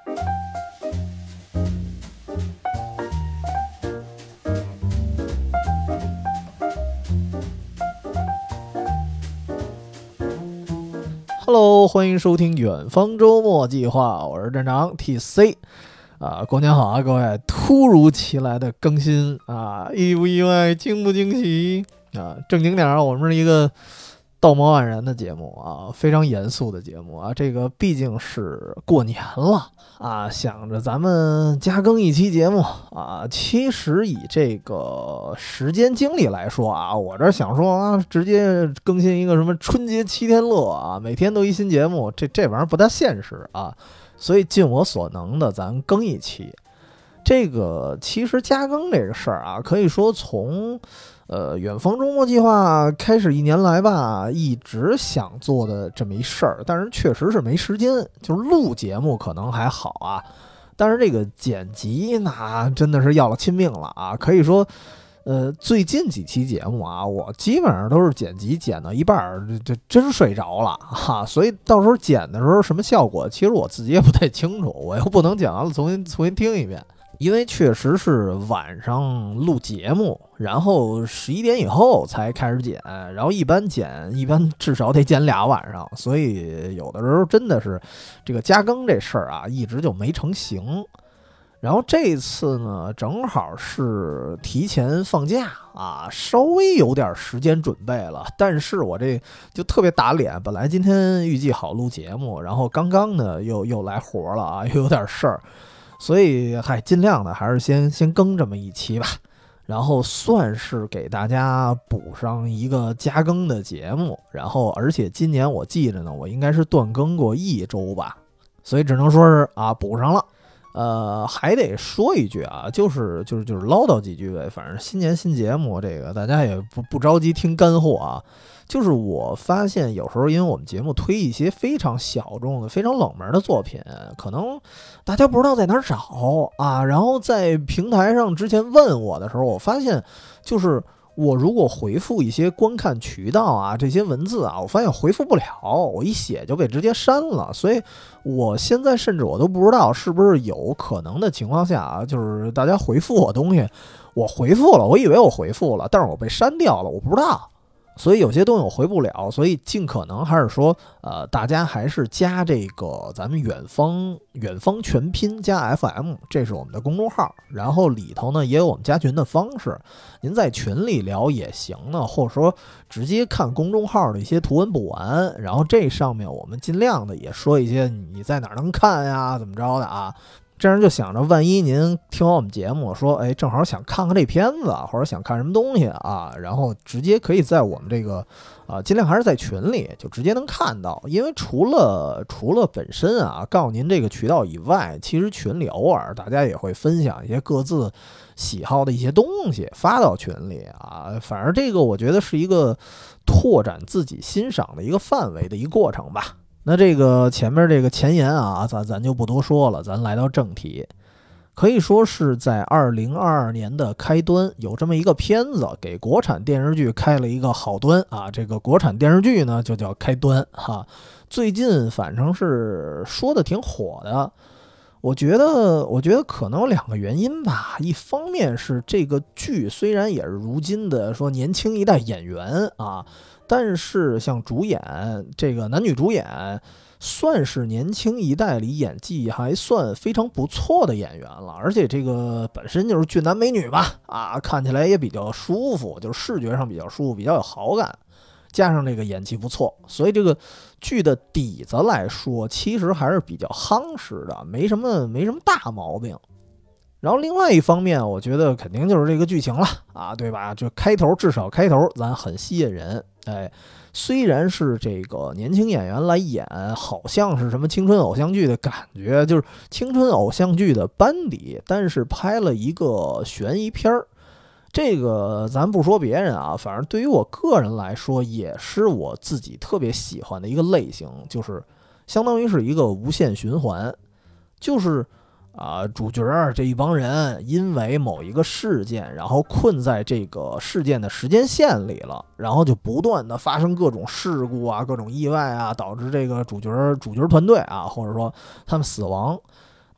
Hello， 欢迎收听远方周末计划，我是站长 TC。过年好啊，各位！突如其来的更新啊，意不意外，惊不惊喜啊？正经点儿，我们是一个道貌岸然的节目啊，非常严肃的节目啊。这个毕竟是过年了啊，想着咱们加更一期节目啊。其实以这个时间精力来说啊，我这想说啊，直接更新一个什么春节7天乐啊，每天都一新节目，这玩意儿不大现实啊。所以尽我所能的，咱更一期。这个其实加更这个事儿啊，可以说从远方周末计划开始1年来吧，一直想做的这么一事儿，但是确实是没时间。就是录节目可能还好啊，但是这个剪辑那真的是要了亲命了啊！可以说，最近几期节目啊，我基本上都是剪辑剪到一半就真睡着了哈，所以到时候剪的时候什么效果，其实我自己也不太清楚，我又不能剪完了重新听一遍。因为确实是晚上录节目，然后11点以后才开始剪，然后一般至少得剪2晚上，所以有的时候真的是这个加更这事儿啊，一直就没成型。然后这次呢，正好是提前放假啊，稍微有点时间准备了，但是我这就特别打脸，本来今天预计好录节目，然后刚刚呢又来活了啊，又有点事儿。所以尽量的还是先更这么一期吧，然后算是给大家补上一个加更的节目。然后而且今年我记着呢，我应该是断更过1周吧，所以只能说是啊补上了。还得说一句啊，就是唠叨几句呗。反正新年新节目，这个大家也不着急听干货啊。就是我发现有时候，因为我们节目推一些非常小众的、非常冷门的作品，可能大家不知道在哪儿找啊。然后在平台上之前问我的时候，我发现就是我如果回复一些观看渠道啊这些文字啊，我发现回复不了，我一写就被直接删了。所以我现在甚至我都不知道是不是有可能的情况下啊，就是大家回复我东西，我回复了，我以为我回复了，但是我被删掉了，我不知道。所以有些东西我回不了，所以尽可能还是说，大家还是加这个咱们远方全拼加 FM， 这是我们的公众号，然后里头呢也有我们加群的方式，您在群里聊也行呢，或者说直接看公众号的一些图文补完，然后这上面我们尽量的也说一些你在哪儿能看呀，怎么着的啊。这样就想着，万一您听完我们节目说，正好想看看这片子，或者想看什么东西啊，然后直接可以在我们这个尽量还是在群里就直接能看到。因为除了本身啊告诉您这个渠道以外，其实群里偶尔大家也会分享一些各自喜好的一些东西发到群里啊。反正这个我觉得是一个拓展自己欣赏的一个范围的一个过程吧。那这个前面这个前言啊，咱就不多说了，咱来到正题。可以说是在2022年的开端，有这么一个片子给国产电视剧开了一个好端啊。这个国产电视剧呢就叫开端哈。最近反正是说的挺火的，我觉得可能有2个原因吧。一方面是这个剧虽然也是如今的说年轻一代演员啊，但是像主演这个男女主演算是年轻一代里演技还算非常不错的演员了，而且这个本身就是俊男美女吧啊，看起来也比较舒服，就是视觉上比较舒服，比较有好感，加上这个演技不错，所以这个剧的底子来说其实还是比较夯实的，没什么大毛病。然后另外一方面，我觉得肯定就是这个剧情了啊，对吧？就至少开头咱很吸引人。虽然是这个年轻演员来演，好像是什么青春偶像剧的感觉，就是青春偶像剧的班底，但是拍了一个悬疑片儿。这个咱不说别人啊，反正对于我个人来说，也是我自己特别喜欢的一个类型，就是相当于是一个无限循环，就是主角这一帮人因为某一个事件，然后困在这个事件的时间线里了，然后就不断的发生各种事故啊，各种意外啊，导致这个主角团队啊，或者说他们死亡。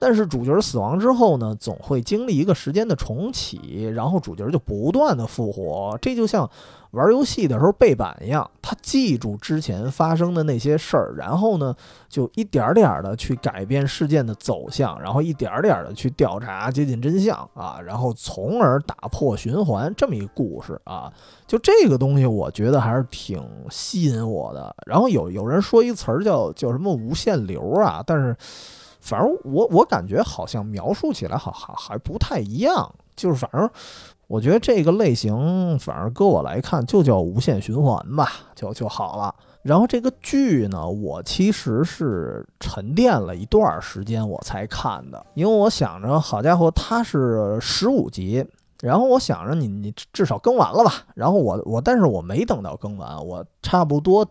但是主角死亡之后呢，总会经历一个时间的重启，然后主角就不断的复活。这就像玩游戏的时候背板一样，他记住之前发生的那些事儿，然后呢就一点点的去改变事件的走向，然后一点点的去调查接近真相啊，然后从而打破循环，这么一个故事啊。就这个东西我觉得还是挺吸引我的。然后有人说一词儿叫什么无限流啊，但是反正我感觉好像描述起来还不太一样，就是反正我觉得这个类型反正搁我来看就叫无限循环吧，就好了。然后这个剧呢，我其实是沉淀了一段时间我才看的，因为我想着好家伙它是15集，然后我想着你至少更完了吧，然后但是我没等到更完，我差不多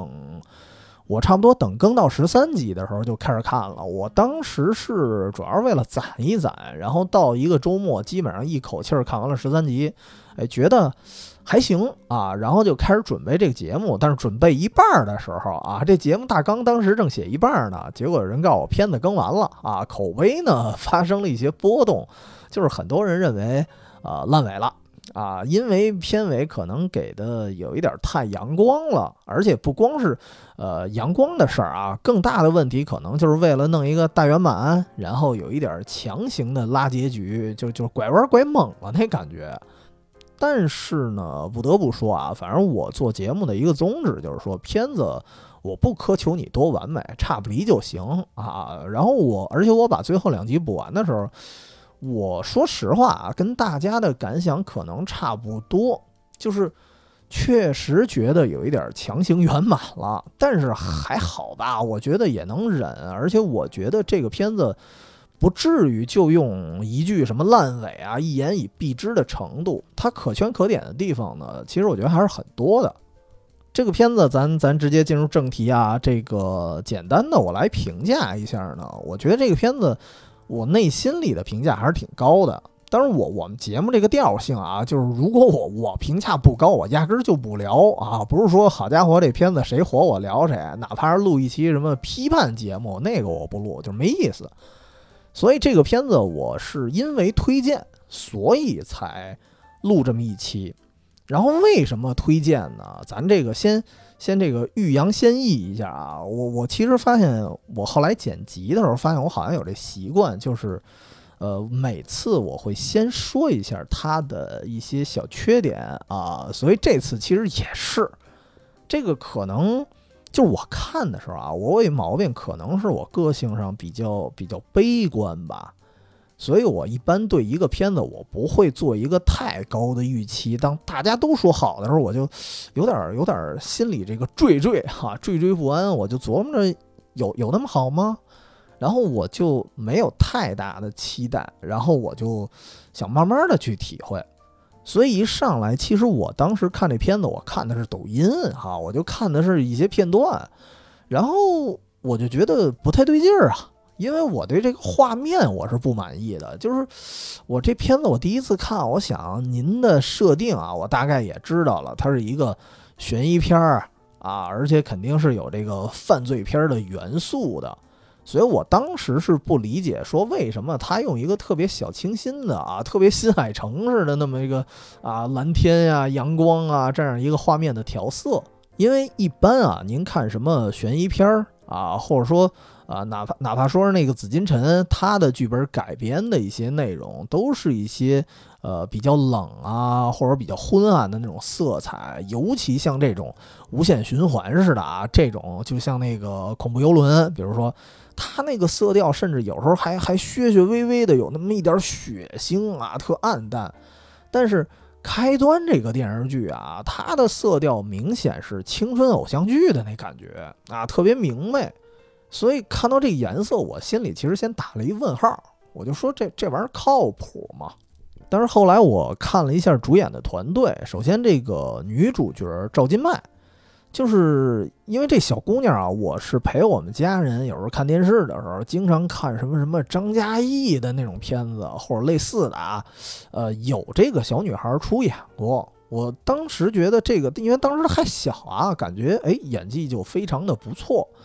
等更到13集的时候就开始看了。我当时是主要是为了攒一攒，然后到一个周末基本上一口气看完了13集，觉得还行啊，然后就开始准备这个节目。但是准备一半的时候啊，这节目大纲当时正写一半呢，结果有人告诉我片子更完了啊，口碑呢发生了一些波动，就是很多人认为烂尾了。因为片尾可能给的有一点太阳光了，而且不光是阳光的事儿啊，更大的问题可能就是为了弄一个大圆满，然后有一点强行的拉结局，就拐弯拐猛了那感觉。但是呢，不得不说啊，反正我做节目的一个宗旨就是说，片子我不苛求你多完美，差不离就行啊。然后而且我把最后2集补完的时候，我说实话啊，跟大家的感想可能差不多，就是确实觉得有一点强行圆满了，但是还好吧，我觉得也能忍。而且我觉得这个片子不至于就用一句什么烂尾啊一言以蔽之的程度，它可圈可点的地方呢，其实我觉得还是很多的。这个片子咱直接进入正题啊，这个简单的我来评价一下呢，我觉得这个片子我内心里的评价还是挺高的。当然我们节目这个调性啊，就是如果我评价不高，我压根儿就不聊啊，不是说好家伙这片子谁火我聊谁，哪怕是录一期什么批判节目，那个我不录，就没意思。所以这个片子我是因为推荐，所以才录这么一期。然后为什么推荐呢？咱这个先这个欲扬先抑一下啊。我其实发现，我后来剪辑的时候发现，我好像有这习惯，就是每次我会先说一下它的一些小缺点啊。所以这次其实也是，这个可能就是我看的时候啊，我有毛病，可能是我个性上比较悲观吧。所以我一般对一个片子我不会做一个太高的预期，当大家都说好的时候，我就有点心里这个惴不安，我就琢磨着有那么好吗？然后我就没有太大的期待，然后我就想慢慢的去体会。所以一上来，其实我当时看这片子，我看的是抖音哈，我就看的是一些片段，然后我就觉得不太对劲儿啊。因为我对这个画面我是不满意的，就是我这片子我第一次看，我想您的设定啊，我大概也知道了，它是一个悬疑片啊，而且肯定是有这个犯罪片的元素的，所以我当时是不理解说为什么他用一个特别小清新的啊，特别新海诚似的那么一个啊蓝天呀、阳光啊这样一个画面的调色。因为一般啊，您看什么悬疑片啊，或者说哪怕说是那个紫禁城，它的剧本改编的一些内容，都是一些比较冷啊，或者比较昏暗的那种色彩。尤其像这种无限循环似的啊，这种就像那个恐怖游轮，比如说它那个色调，甚至有时候还略微微的有那么一点血腥啊，特暗淡。但是开端这个电视剧啊，它的色调明显是青春偶像剧的那感觉啊，特别明媚。所以看到这颜色，我心里其实先打了一问号，我就说这玩意儿靠谱吗？但是后来我看了一下主演的团队，首先这个女主角赵今麦，就是因为这小姑娘啊，我是陪我们家人有时候看电视的时候，经常看什么张嘉译的那种片子或者类似的啊，有这个小女孩出演过。我当时觉得这个，因为当时还小啊，感觉演技就非常的不错。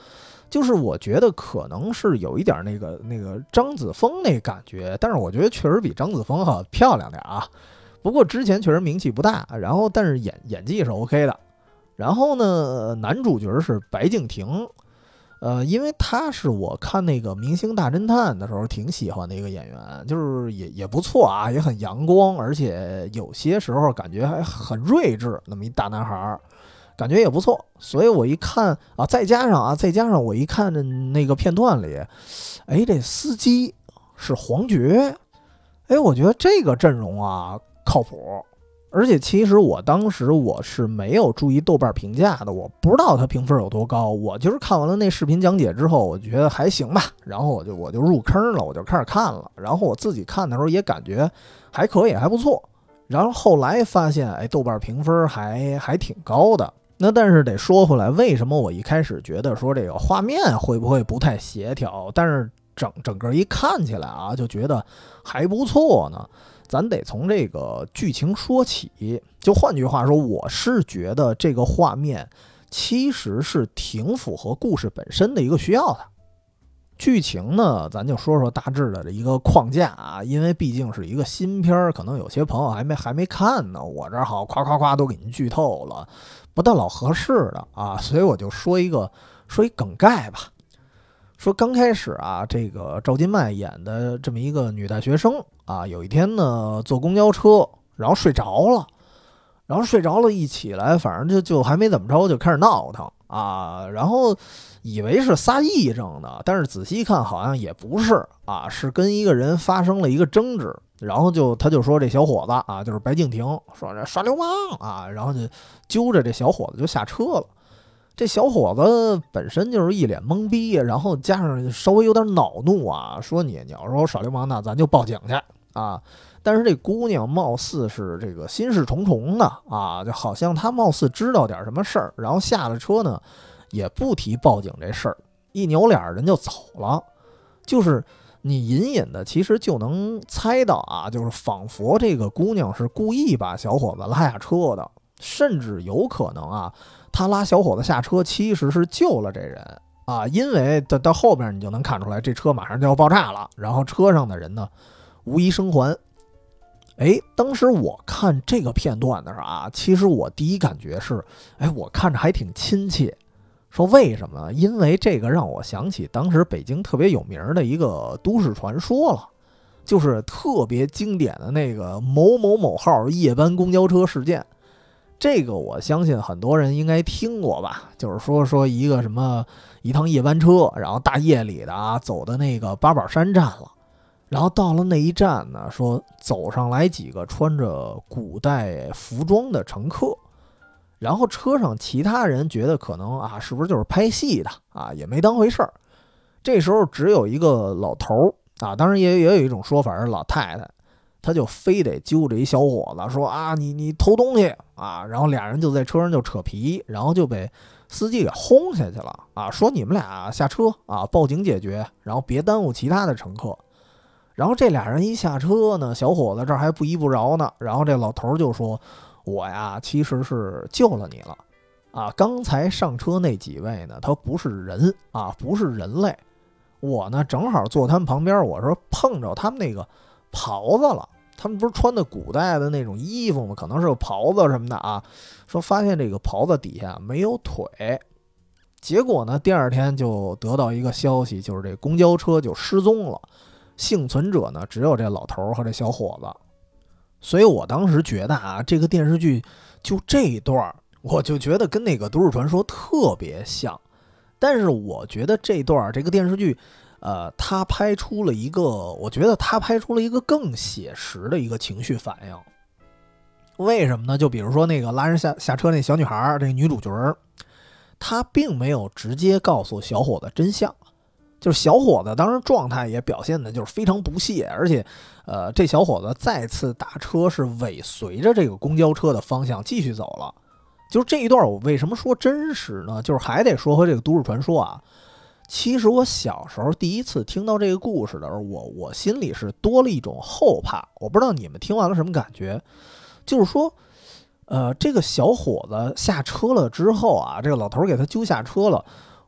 就是我觉得可能是有一点那个张子枫那感觉，但是我觉得确实比张子枫好漂亮点啊。不过之前确实名气不大，然后但是演技是 OK 的。然后呢，男主角是白敬亭，因为他是我看那个《明星大侦探》的时候挺喜欢的一个演员，就是也不错啊，也很阳光，而且有些时候感觉还很睿智，那么一大男孩，感觉也不错。所以我一看啊，再加上我一看那个片段里，哎，这司机是黄觉，哎，我觉得这个阵容啊靠谱。而且其实我当时我是没有注意豆瓣评价的，我不知道它评分有多高。我就是看完了那视频讲解之后，我觉得还行吧，然后我就入坑了，我就开始看了。然后我自己看的时候也感觉还可以，还不错。然后后来发现，哎，豆瓣评分还挺高的。那但是得说回来，为什么我一开始觉得说这个画面会不会不太协调，但是整个一看起来啊，就觉得还不错呢？咱得从这个剧情说起，就换句话说，我是觉得这个画面其实是挺符合故事本身的一个需要的。剧情呢，咱就说说大致的一个框架啊，因为毕竟是一个新片，可能有些朋友还没看呢，我这儿好夸夸夸都给您剧透了，不大老合适的啊，所以我就说一梗概吧。说刚开始啊，这个赵今麦演的这么一个女大学生啊，有一天呢坐公交车，然后睡着了，一起来，反正就还没怎么着，就开始闹腾啊，然后以为是撒癔症的，但是仔细看好像也不是啊，是跟一个人发生了一个争执，然后他就说这小伙子啊，就是白敬亭，说这耍流氓啊，然后就揪着这小伙子就下车了。这小伙子本身就是一脸懵逼，然后加上稍微有点恼怒啊，说你要说耍流氓，那咱就报警去啊！但是这姑娘貌似是这个心事重重的啊，就好像她貌似知道点什么事儿，然后下了车呢，也不提报警这事儿，一扭脸人就走了。就是你隐隐的其实就能猜到啊，就是仿佛这个姑娘是故意把小伙子拉下车的，甚至有可能啊。他拉小伙子下车其实是救了这人啊，因为到后边你就能看出来，这车马上就要爆炸了，然后车上的人呢无一生还。哎，当时我看这个片段的时候啊，其实我第一感觉是，哎，我看着还挺亲切。说为什么呢？因为这个让我想起当时北京特别有名的一个都市传说了，就是特别经典的那个某某某号夜班公交车事件。这个我相信很多人应该听过吧，就是说一个什么一趟夜班车，然后大夜里的啊走的那个八宝山站了，然后到了那一站呢，说走上来几个穿着古代服装的乘客，然后车上其他人觉得可能啊是不是就是拍戏的啊，也没当回事儿。这时候只有一个老头啊，当然也有一种说法是老太太。他就非得揪着一小伙子说啊，你偷东西啊，然后俩人就在车上就扯皮，然后就被司机给轰下去了啊，说你们俩下车啊，报警解决，然后别耽误其他的乘客。然后这俩人一下车呢，小伙子这儿还不依不饶呢，然后这老头就说，我呀其实是救了你了啊，刚才上车那几位呢，他不是人啊，不是人类，我呢正好坐他们旁边，我说碰着他们那个袍子了，他们不是穿的古代的那种衣服吗？可能是有袍子什么的啊。说发现这个袍子底下没有腿，结果呢，第二天就得到一个消息，就是这公交车就失踪了，幸存者呢只有这老头和这小伙子。所以我当时觉得啊，这个电视剧就这一段，我就觉得跟那个都市传说特别像。但是我觉得这段这个电视剧。他拍出了一个，我觉得他拍出了一个更写实的一个情绪反应。为什么呢？就比如说那个拉人下车那小女孩，这个女主角，她并没有直接告诉小伙子真相。就是小伙子当时状态也表现的就是非常不屑，而且，这小伙子再次打车是尾随着这个公交车的方向继续走了。就是这一段我为什么说真实呢？就是还得说回这个都市传说啊。其实我小时候第一次听到这个故事的时候，我心里是多了一种后怕。我不知道你们听完了什么感觉，就是说，这个小伙子下车了之后啊，这个老头给他揪下车了，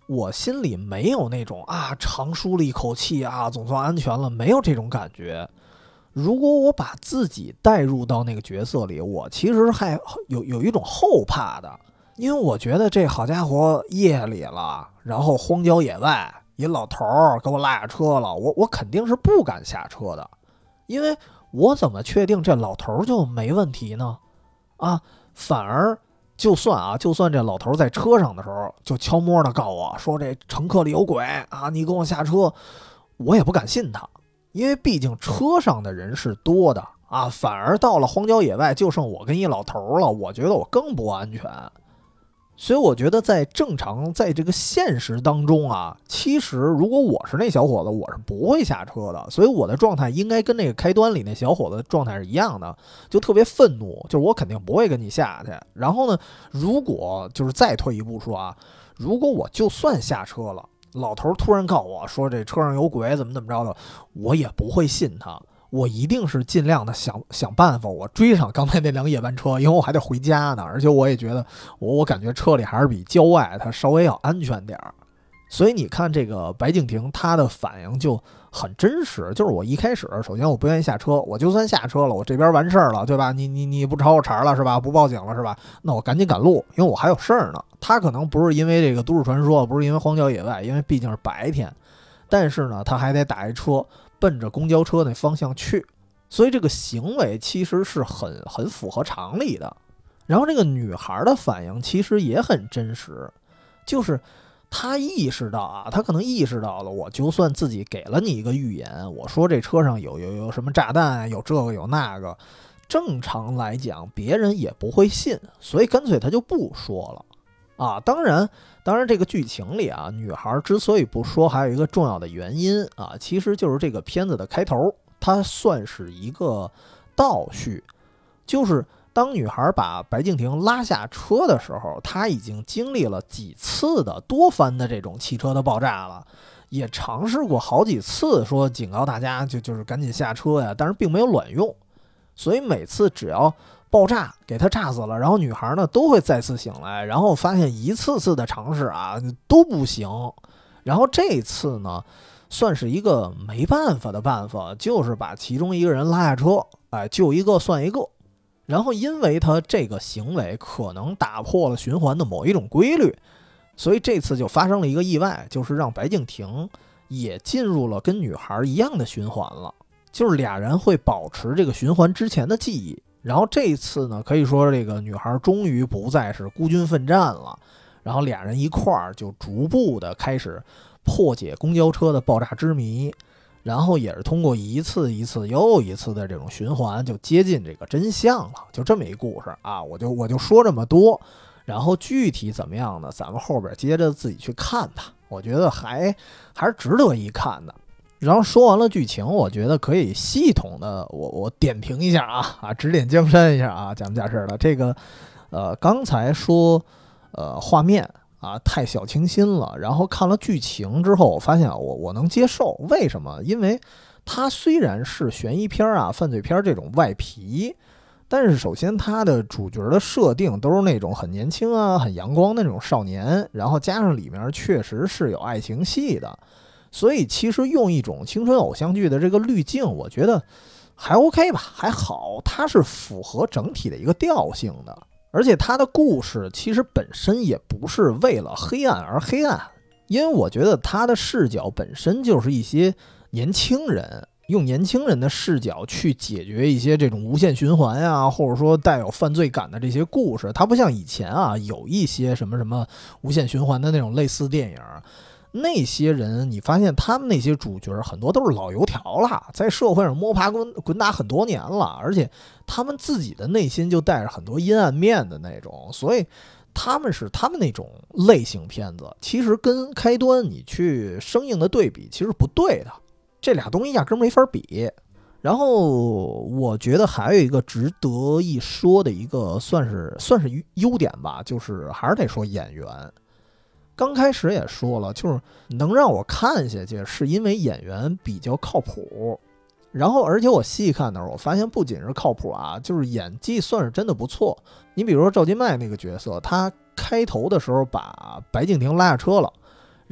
我心里没有那种长舒了一口气总算安全了，没有这种感觉。如果我把自己带入到那个角色里，我其实还有一种后怕的，因为我觉得这好家伙夜里了，然后荒郊野外，一老头给我拉下车了，我肯定是不敢下车的，因为我怎么确定这老头就没问题呢？反而就算这老头在车上的时候就悄摸的告我说这乘客里有鬼你跟我下车，我也不敢信他，因为毕竟车上的人是多的反而到了荒郊野外就剩我跟一老头了，我觉得我更不安全。所以我觉得在这个现实当中其实如果我是那小伙子，我是不会下车的。所以我的状态应该跟那个开端里那小伙子的状态是一样的，就特别愤怒，就是我肯定不会跟你下去。然后呢，如果就是再退一步说如果我就算下车了，老头突然告我说这车上有鬼怎么着的，我也不会信他。我一定是尽量的想办法，我追上刚才那辆夜班车，因为我还得回家呢，而且我也觉得我感觉车里还是比郊外它稍微要安全点。所以你看这个白敬亭他的反应就很真实，就是我一开始首先我不愿意下车，我就算下车了，我这边完事儿了，对吧？你不朝我茬了是吧？不报警了是吧？那我赶紧赶路，因为我还有事儿呢。他可能不是因为这个都市传说，不是因为荒郊野外，因为毕竟是白天，但是呢他还得打一车奔着公交车那方向去，所以这个行为其实是很符合常理的。然后这个女孩的反应其实也很真实，就是她意识到她可能意识到了，我就算自己给了你一个预言，我说这车上有什么炸弹，有这个有那个，正常来讲别人也不会信，所以干脆她就不说了。当然这个剧情里女孩之所以不说，还有一个重要的原因其实就是这个片子的开头，它算是一个倒叙，就是当女孩把白敬亭拉下车的时候，她已经经历了几次的多番的这种汽车的爆炸了，也尝试过好几次说警告大家就是赶紧下车呀，但是并没有卵用，所以每次只要爆炸给他炸死了，然后女孩呢都会再次醒来，然后发现一次次的尝试都不行，然后这次呢算是一个没办法的办法，就是把其中一个人拉下车，救一个算一个。然后因为他这个行为可能打破了循环的某一种规律，所以这次就发生了一个意外，就是让白敬亭也进入了跟女孩一样的循环了，就是俩人会保持这个循环之前的记忆。然后这一次呢，可以说这个女孩终于不再是孤军奋战了，然后俩人一块儿就逐步的开始破解公交车的爆炸之谜，然后也是通过一次一次又一次的这种循环，就接近这个真相了。就这么一故事我就说这么多，然后具体怎么样呢？咱们后边接着自己去看吧，我觉得还是值得一看的。然后说完了剧情，我觉得可以系统的我点评一下指点江山一下讲假事的这个刚才说画面太小清新了，然后看了剧情之后，我发现我能接受。为什么？因为它虽然是悬疑片犯罪片这种外皮，但是首先它的主角的设定都是那种很年轻很阳光的那种少年，然后加上里面确实是有爱情戏的，所以其实用一种青春偶像剧的这个滤镜，我觉得还 OK 吧，还好，它是符合整体的一个调性的。而且它的故事其实本身也不是为了黑暗而黑暗，因为我觉得它的视角本身就是一些年轻人用年轻人的视角去解决一些这种无限循环或者说带有犯罪感的这些故事。它不像以前有一些什么无限循环的那种类似电影，那些人你发现他们那些主角很多都是老油条了，在社会上摸爬滚打很多年了，而且他们自己的内心就带着很多阴暗面的那种，所以他们那种类型片子，其实跟开端你去生硬的对比其实不对的，这俩东西压根没法比。然后我觉得还有一个值得一说的一个算是优点吧，就是还是得说演员。刚开始也说了，就是能让我看下去是因为演员比较靠谱，然后而且我细看的时候，我发现不仅是靠谱就是演技算是真的不错。你比如说赵今麦那个角色，他开头的时候把白敬亭拉下车了，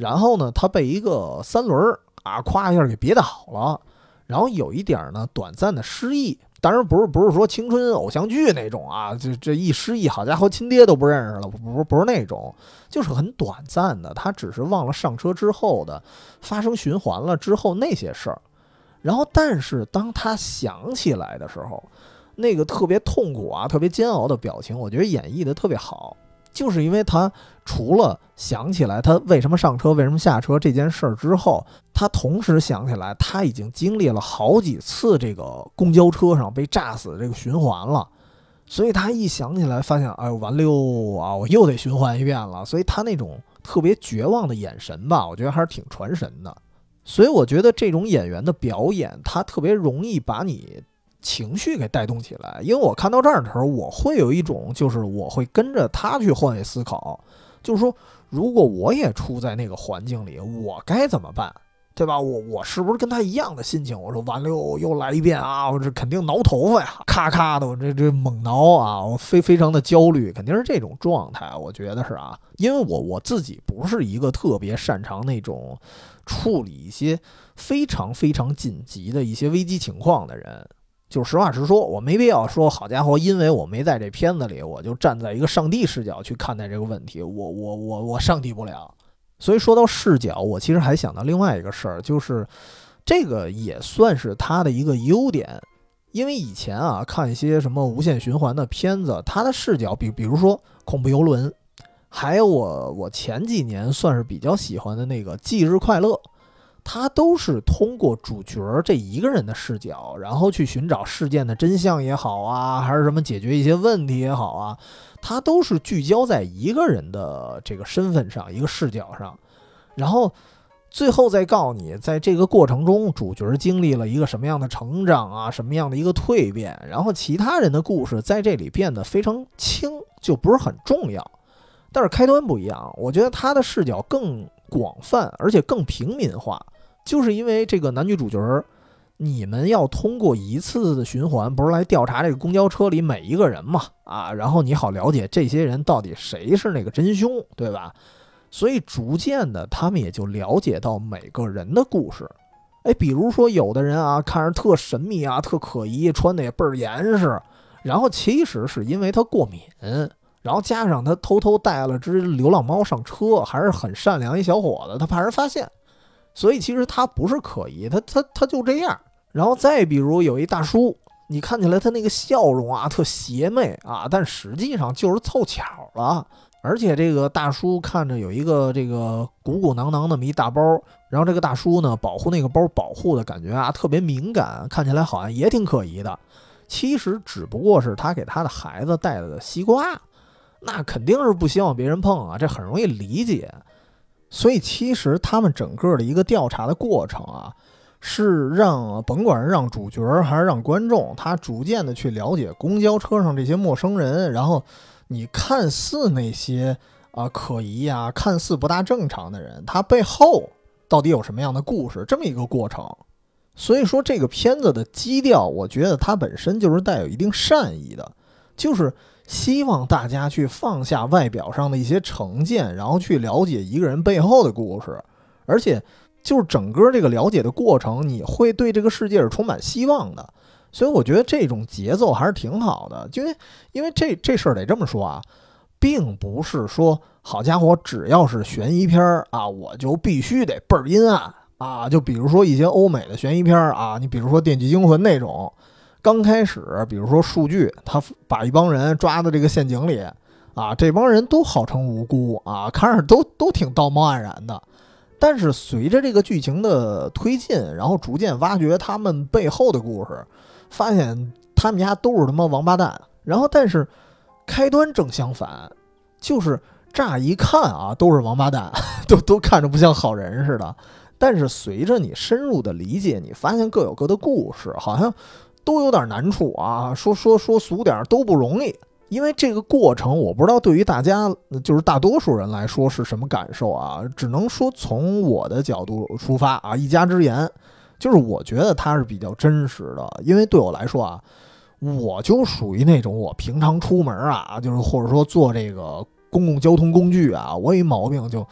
然后呢，他被一个三轮咵一下给别倒了，然后有一点呢短暂的失忆，当然不是说青春偶像剧那种啊，这一失忆，好家伙，亲爹都不认识了，不是那种，就是很短暂的，他只是忘了上车之后的发生循环了之后那些事儿。然后但是当他想起来的时候，那个特别痛苦特别煎熬的表情，我觉得演绎的特别好。就是因为他除了想起来他为什么上车为什么下车这件事儿之后，他同时想起来他已经经历了好几次这个公交车上被炸死的这个循环了，所以他一想起来发现哎呦完溜我又得循环一遍了，所以他那种特别绝望的眼神吧，我觉得还是挺传神的。所以我觉得这种演员的表演他特别容易把你情绪给带动起来，因为我看到这儿的时候，我会有一种就是我会跟着他去换位思考，就是说如果我也处在那个环境里，我该怎么办，对吧？我是不是跟他一样的心情？我说完了又来一遍我这肯定挠头发呀，咔咔的，我这猛挠我非常的焦虑，肯定是这种状态。我觉得是因为我自己不是一个特别擅长那种处理一些非常非常紧急的一些危机情况的人。就实话实说，我没必要说好家伙，因为我没在这片子里，我就站在一个上帝视角去看待这个问题，我上帝不了。所以说到视角，我其实还想到另外一个事儿，就是这个也算是他的一个优点。因为以前看一些什么无限循环的片子，他的视角比如说恐怖游轮，还有我前几年算是比较喜欢的那个忌日快乐，他都是通过主角这一个人的视角，然后去寻找事件的真相也好还是什么解决一些问题也好他都是聚焦在一个人的这个身份上，一个视角上，然后最后再告诉你在这个过程中主角经历了一个什么样的成长什么样的一个蜕变，然后其他人的故事在这里变得非常轻，就不是很重要。但是开端不一样，我觉得他的视角更广泛，而且更平民化，就是因为这个男女主角你们要通过一次的循环，不是来调查这个公交车里每一个人嘛然后你好了解这些人到底谁是那个真凶，对吧？所以逐渐的他们也就了解到每个人的故事。比如说有的人看着特神秘特可疑，穿的也倍儿严实，然后其实是因为他过敏，然后加上他偷偷带了只流浪猫上车，还是很善良一小伙子，他怕人发现，所以其实他不是可疑，他就这样。然后再比如有一大叔，你看起来他那个笑容特邪魅但实际上就是凑巧了。而且这个大叔看着有一个这个鼓囊囊那么一大包，然后这个大叔呢保护那个包保护的感觉特别敏感，看起来好像也挺可疑的。其实只不过是他给他的孩子带的西瓜，那肯定是不希望别人碰这很容易理解。所以其实他们整个的一个调查的过程是甭管是让主角还是让观众，他逐渐的去了解公交车上这些陌生人，然后你看似那些可疑看似不大正常的人，他背后到底有什么样的故事，这么一个过程。所以说这个片子的基调，我觉得它本身就是带有一定善意的，就是希望大家去放下外表上的一些成见，然后去了解一个人背后的故事，而且就是整个这个了解的过程，你会对这个世界是充满希望的。所以我觉得这种节奏还是挺好的，因为这事儿得这么说并不是说好家伙只要是悬疑片我就必须得倍儿阴暗就比如说一些欧美的悬疑片你比如说《电锯惊魂》那种，刚开始比如说数据他把一帮人抓到这个陷阱里这帮人都号称无辜看着都挺道貌岸然的。但是随着这个剧情的推进，然后逐渐挖掘他们背后的故事，发现他们家都是他妈王八蛋。然后但是开端正相反，就是乍一看都是王八蛋，都看着不像好人似的。但是随着你深入的理解，你发现各有各的故事，好像都有点难处说俗点都不容易。因为这个过程我不知道对于大家就是大多数人来说是什么感受只能说从我的角度出发一家之言，就是我觉得它是比较真实的。因为对我来说我就属于那种我平常出门就是或者说坐这个公共交通工具我有一毛病，就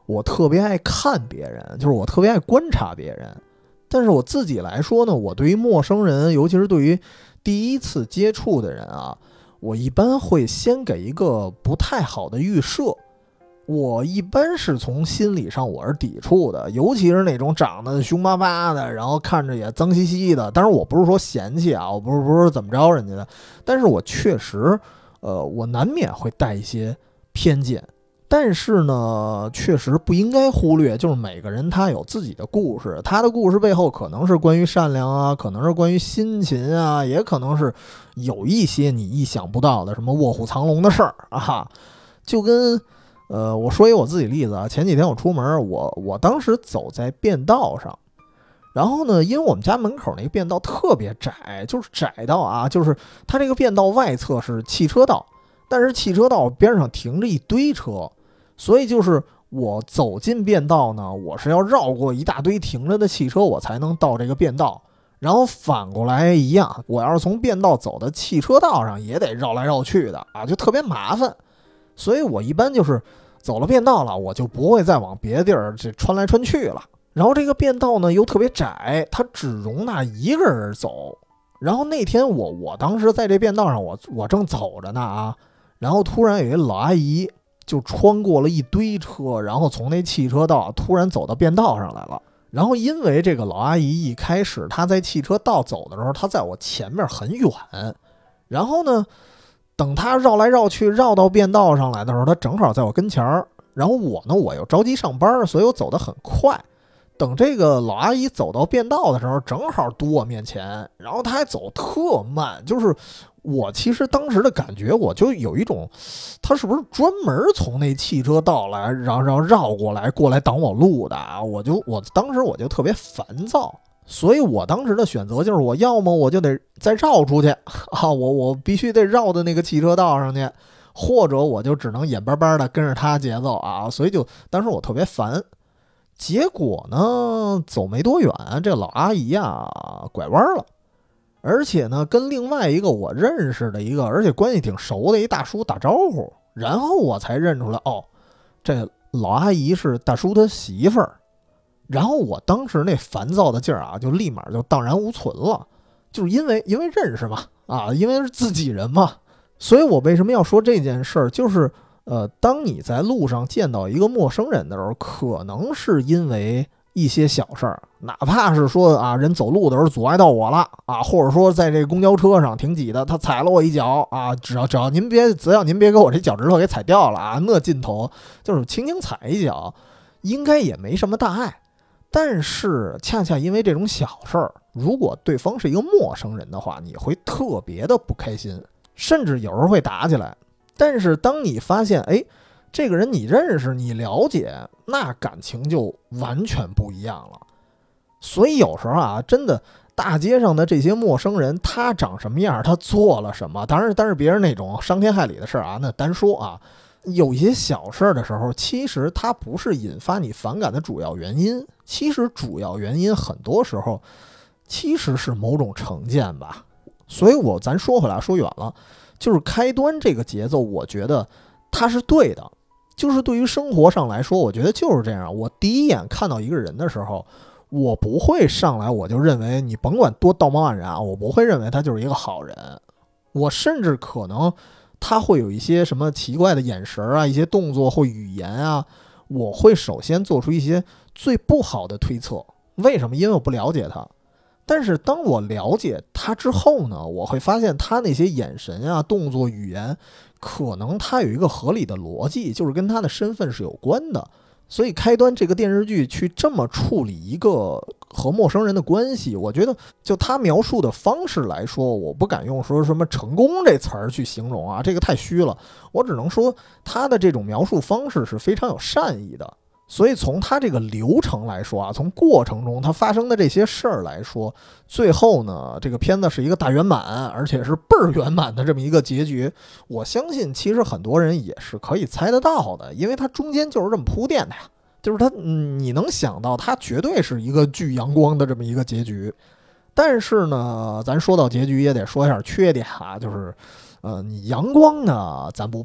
我特别爱看别人，就是我特别爱观察别人。但是我自己来说呢，我对于陌生人，尤其是对于第一次接触的人啊，我一般会先给一个不太好的预设。我一般是从心理上我是抵触的，尤其是那种长得凶巴巴的，然后看着也脏兮兮的。当然我不是说嫌弃啊，我不是怎么着人家的，但是我确实，我难免会带一些偏见。但是呢，确实不应该忽略，就是每个人他有自己的故事，他的故事背后可能是关于善良啊，可能是关于辛勤啊，也可能是有一些你意想不到的什么卧虎藏龙的事儿啊。就跟我说一个我自己例子啊，前几天我出门，我当时走在便道上，然后呢，因为我们家门口那个便道特别窄，就是窄到啊，就是它这个便道外侧是汽车道，但是汽车道边上停着一堆车。所以就是我走进便道呢，我是要绕过一大堆停着的汽车，我才能到这个便道。然后反过来一样，我要是从便道走到汽车道上，也得绕来绕去的啊，就特别麻烦。所以我一般就是走了便道了，我就不会再往别的地儿这穿来穿去了。然后这个便道呢又特别窄，它只容纳一个人走。然后那天我当时在这便道上，我正走着呢啊，然后突然有一老阿姨就穿过了一堆车，然后从那汽车道突然走到便道上来了。然后因为这个老阿姨一开始她在汽车道走的时候，她在我前面很远，然后呢等她绕来绕去绕到便道上来的时候，她正好在我跟前儿。然后我呢我又着急上班，所以我走得很快。等这个老阿姨走到便道的时候，正好堵我面前，然后她还走特慢，就是我其实当时的感觉，我就有一种，她是不是专门从那汽车道来，然后绕过来挡我路的啊？我当时我就特别烦躁，所以我当时的选择就是，我要么我就得再绕出去啊，我必须得绕到那个汽车道上去，或者我就只能眼巴巴的跟着她节奏啊，所以就当时我特别烦。结果呢，走没多远，这老阿姨啊拐弯了，而且呢跟另外一个我认识的一个，而且关系挺熟的一大叔打招呼，然后我才认出来，哦，这老阿姨是大叔他媳妇儿。然后我当时那烦躁的劲儿啊，就立马就荡然无存了，就是因为认识嘛，啊，因为是自己人嘛，所以我为什么要说这件事儿，就是当你在路上见到一个陌生人的时候，可能是因为一些小事儿，哪怕是说啊，人走路的时候阻碍到我了啊，或者说在这个公交车上挺挤的，他踩了我一脚啊，只要您别给我这脚趾头给踩掉了啊，那劲头就是轻轻踩一脚，应该也没什么大碍。但是恰恰因为这种小事儿，如果对方是一个陌生人的话，你会特别的不开心，甚至有时候会打起来。但是当你发现，哎，这个人你认识你了解，那感情就完全不一样了。所以有时候啊，真的大街上的这些陌生人，他长什么样，他做了什么，当然但是别人那种伤天害理的事啊，那单说啊。有一些小事的时候，其实它不是引发你反感的主要原因，其实主要原因很多时候其实是某种成见吧。所以咱说回来说远了，就是开端这个节奏，我觉得它是对的。就是对于生活上来说，我觉得就是这样。我第一眼看到一个人的时候，我不会上来我就认为，你甭管多道貌岸然啊，我不会认为他就是一个好人。我甚至可能他会有一些什么奇怪的眼神啊，一些动作或语言啊，我会首先做出一些最不好的推测。为什么？因为我不了解他。但是当我了解他之后呢，我会发现他那些眼神啊、动作、语言，可能他有一个合理的逻辑，就是跟他的身份是有关的。所以开端这个电视剧去这么处理一个和陌生人的关系，我觉得就他描述的方式来说，我不敢用说什么成功这词儿去形容啊，这个太虚了。我只能说他的这种描述方式是非常有善意的。所以从他这个流程来说啊，从过程中他发生的这些事儿来说，最后呢，这个片子是一个大圆满，而且是倍儿圆满的这么一个结局。我相信其实很多人也是可以猜得到的，因为它中间就是这么铺垫的呀，就是它，你能想到它绝对是一个巨阳光的这么一个结局。但是呢，咱说到结局也得说一下缺点啊，就是你阳光呢咱不怕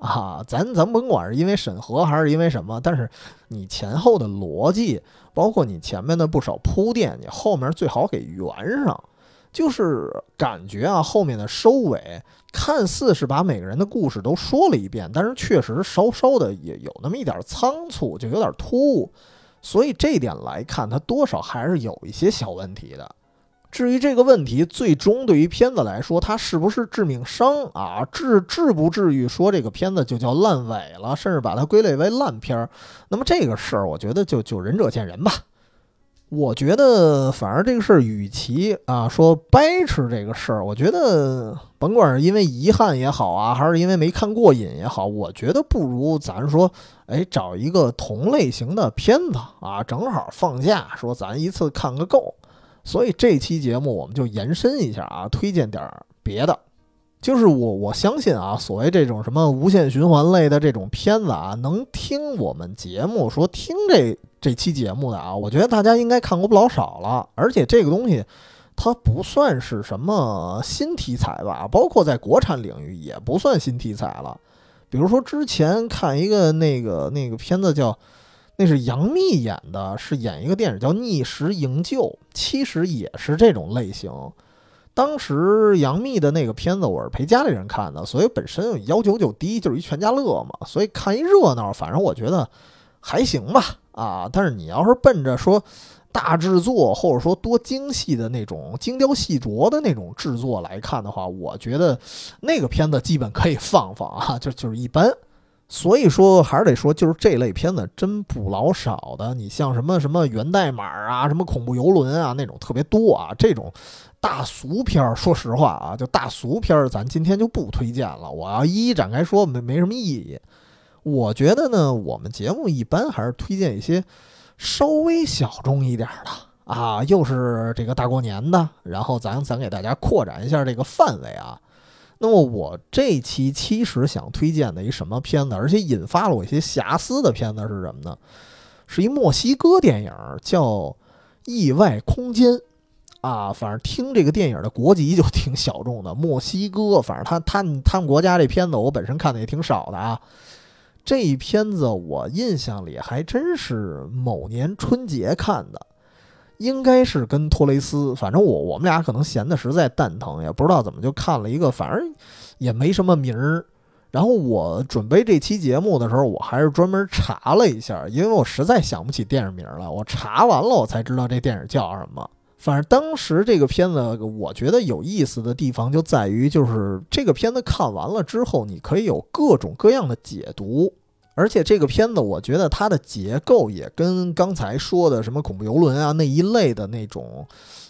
啊，咱甭管是因为审核还是因为什么，但是你前后的逻辑，包括你前面的不少铺垫，你后面最好给圆上。就是感觉啊，后面的收尾看似是把每个人的故事都说了一遍，但是确实稍稍的也有那么一点仓促，就有点突兀。所以这一点来看，它多少还是有一些小问题的。至于这个问题最终对于片子来说，它是不是致命伤啊？至不至于说这个片子就叫烂尾了，甚至把它归类为烂片？那么这个事儿，我觉得就仁者见仁吧。我觉得反而这个事儿，与其说掰扯这个事儿，我觉得甭管是因为遗憾也好啊，还是因为没看过瘾也好，我觉得不如咱说，找一个同类型的片子啊，正好放假，说咱一次看个够。所以这期节目我们就延伸一下啊，推荐点别的。就是我相信啊，所谓这种什么无限循环类的这种片子啊，能听我们节目说听这期节目的啊，我觉得大家应该看过不老少了。而且这个东西它不算是什么新题材吧，包括在国产领域也不算新题材了。比如说之前看一个那个片子叫，那是杨幂演的，是演一个电影叫《逆时营救》，其实也是这种类型。当时杨幂的那个片子我是陪家里人看的，所以本身要求就低，就是一全家乐嘛，所以看一热闹，反正我觉得还行吧啊。但是你要是奔着说大制作或者说多精细的那种精雕细琢的那种制作来看的话，我觉得那个片子基本可以放啊，就是一般。所以说还是得说，就是这类片子真不老少的。你像什么源代码啊，什么恐怖游轮啊，那种特别多啊。这种大俗片，说实话啊，就大俗片，咱今天就不推荐了。我要一一展开说，没什么意义。我觉得呢，我们节目一般还是推荐一些稍微小众一点的啊，又是这个大过年的，然后咱给大家扩展一下这个范围啊。那么我这期其实想推荐的一什么片子，而且引发了我一些遐思的片子是什么呢？是一墨西哥电影，叫《意外空间》啊。反正听这个电影的国籍就挺小众的，墨西哥。反正他们国家这片子我本身看的也挺少的啊。这一片子我印象里还真是某年春节看的。应该是跟托雷斯，反正我们俩可能闲的实在蛋疼，也不知道怎么就看了一个，反正也没什么名儿。然后我准备这期节目的时候，我还是专门查了一下，因为我实在想不起电影名了。我查完了，我才知道这电影叫什么。反正当时这个片子，我觉得有意思的地方就在于，就是这个片子看完了之后，你可以有各种各样的解读。而且这个片子，我觉得它的结构也跟刚才说的什么恐怖游轮啊那一类的那种，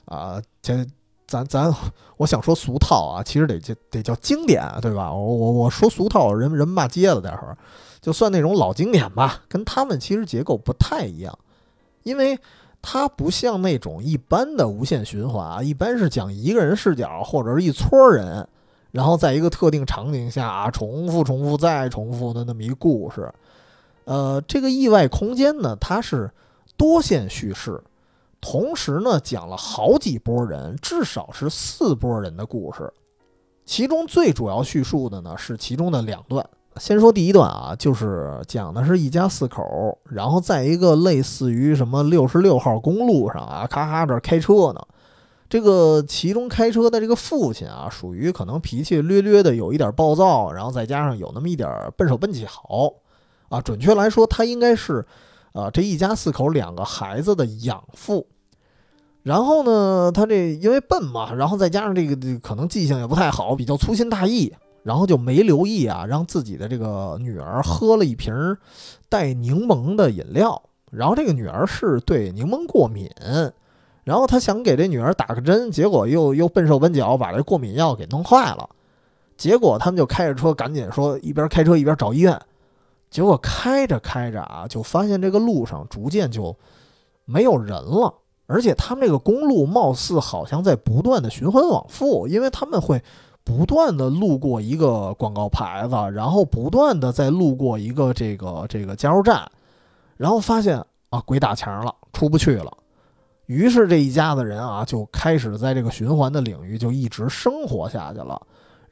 我想说俗套啊，其实得叫经典，对吧？我说俗套，人骂街了，待会儿就算那种老经典吧，跟他们其实结构不太一样，因为它不像那种一般的无限循环啊，一般是讲一个人视角或者是一撮人。然后在一个特定场景下重复再重复的那么一个故事，这个意外空间呢，它是多线叙事，同时呢讲了好几波人，至少是4波人的故事。其中最主要叙述的呢是其中的2段。先说第一段啊，就是讲的是一家4口，然后在一个类似于什么66号公路上啊，咔这开车呢。这个其中开车的这个父亲啊，属于可能脾气略的有一点暴躁，然后再加上有那么一点笨手笨脚啊，准确来说他应该是这一家4口2个孩子的养父。然后呢他这因为笨嘛，然后再加上这个可能记性也不太好，比较粗心大意，然后就没留意啊，让自己的这个女儿喝了一瓶带柠檬的饮料，然后这个女儿是对柠檬过敏，然后他想给这女儿打个针，结果又笨手笨脚把这过敏药给弄坏了。结果他们就开着车赶紧说一边开车一边找医院。结果开着啊，就发现这个路上逐渐就没有人了，而且他们这个公路貌似好像在不断的循环往复，因为他们会不断的路过一个广告牌子，然后不断的再路过一个这个加油站，然后发现啊鬼打墙了，出不去了。于是这一家子人啊就开始在这个循环的领域就一直生活下去了。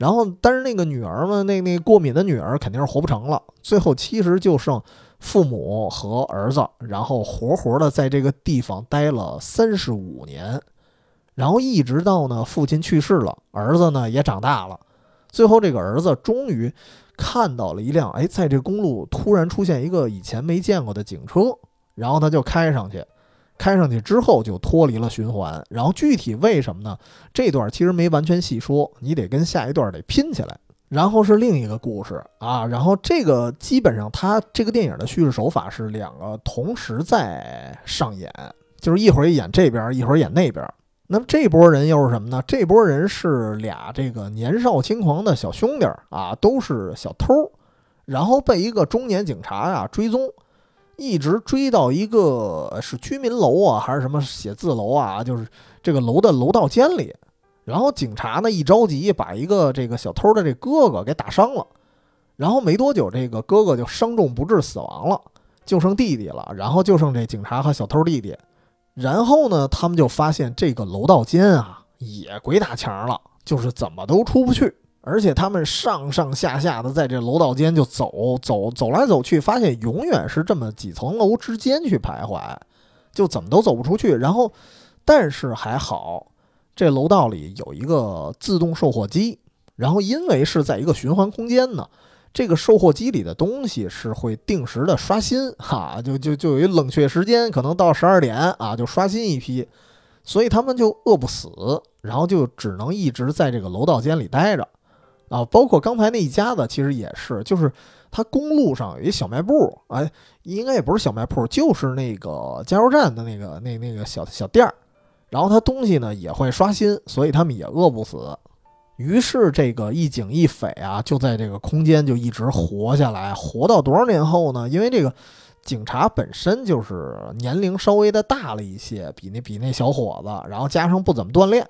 然后但是那个女儿嘛，那过敏的女儿肯定是活不成了，最后其实就剩父母和儿子，然后活活的在这个地方待了35年，然后一直到呢父亲去世了，儿子呢也长大了，最后这个儿子终于看到了一辆在这公路突然出现一个以前没见过的警车，然后他就开上去之后就脱离了循环，然后具体为什么呢？这段其实没完全细说，你得跟下一段得拼起来。然后是另一个故事啊，然后这个基本上它这个电影的叙事手法是两个同时在上演，就是一会儿演这边一会儿演那边。那么这波人又是什么呢？这波人是俩这个年少轻狂的小兄弟啊，都是小偷，然后被一个中年警察追踪，一直追到一个是居民楼啊还是什么写字楼啊，就是这个楼的楼道间里。然后警察呢一着急把一个这个小偷的这哥哥给打伤了，然后没多久这个哥哥就伤重不治死亡了，就剩弟弟了，然后就剩这警察和小偷弟弟。然后呢他们就发现这个楼道间啊也鬼打墙了，就是怎么都出不去，而且他们上上下下的在这楼道间就走来走去，发现永远是这么几层楼之间去徘徊，就怎么都走不出去。然后但是还好这楼道里有一个自动售货机，然后因为是在一个循环空间呢，这个售货机里的东西是会定时的刷新就有一冷却时间，可能到12点啊就刷新一批，所以他们就饿不死，然后就只能一直在这个楼道间里待着啊。包括刚才那一家子其实也是，就是他公路上有一小卖部，应该也不是小卖部，就是那个加油站的那个小店儿。然后他东西呢也会刷新，所以他们也饿不死。于是这个一警一匪啊，就在这个空间就一直活下来，活到多少年后呢？因为这个警察本身就是年龄稍微的大了一些，比那小伙子，然后加上不怎么锻炼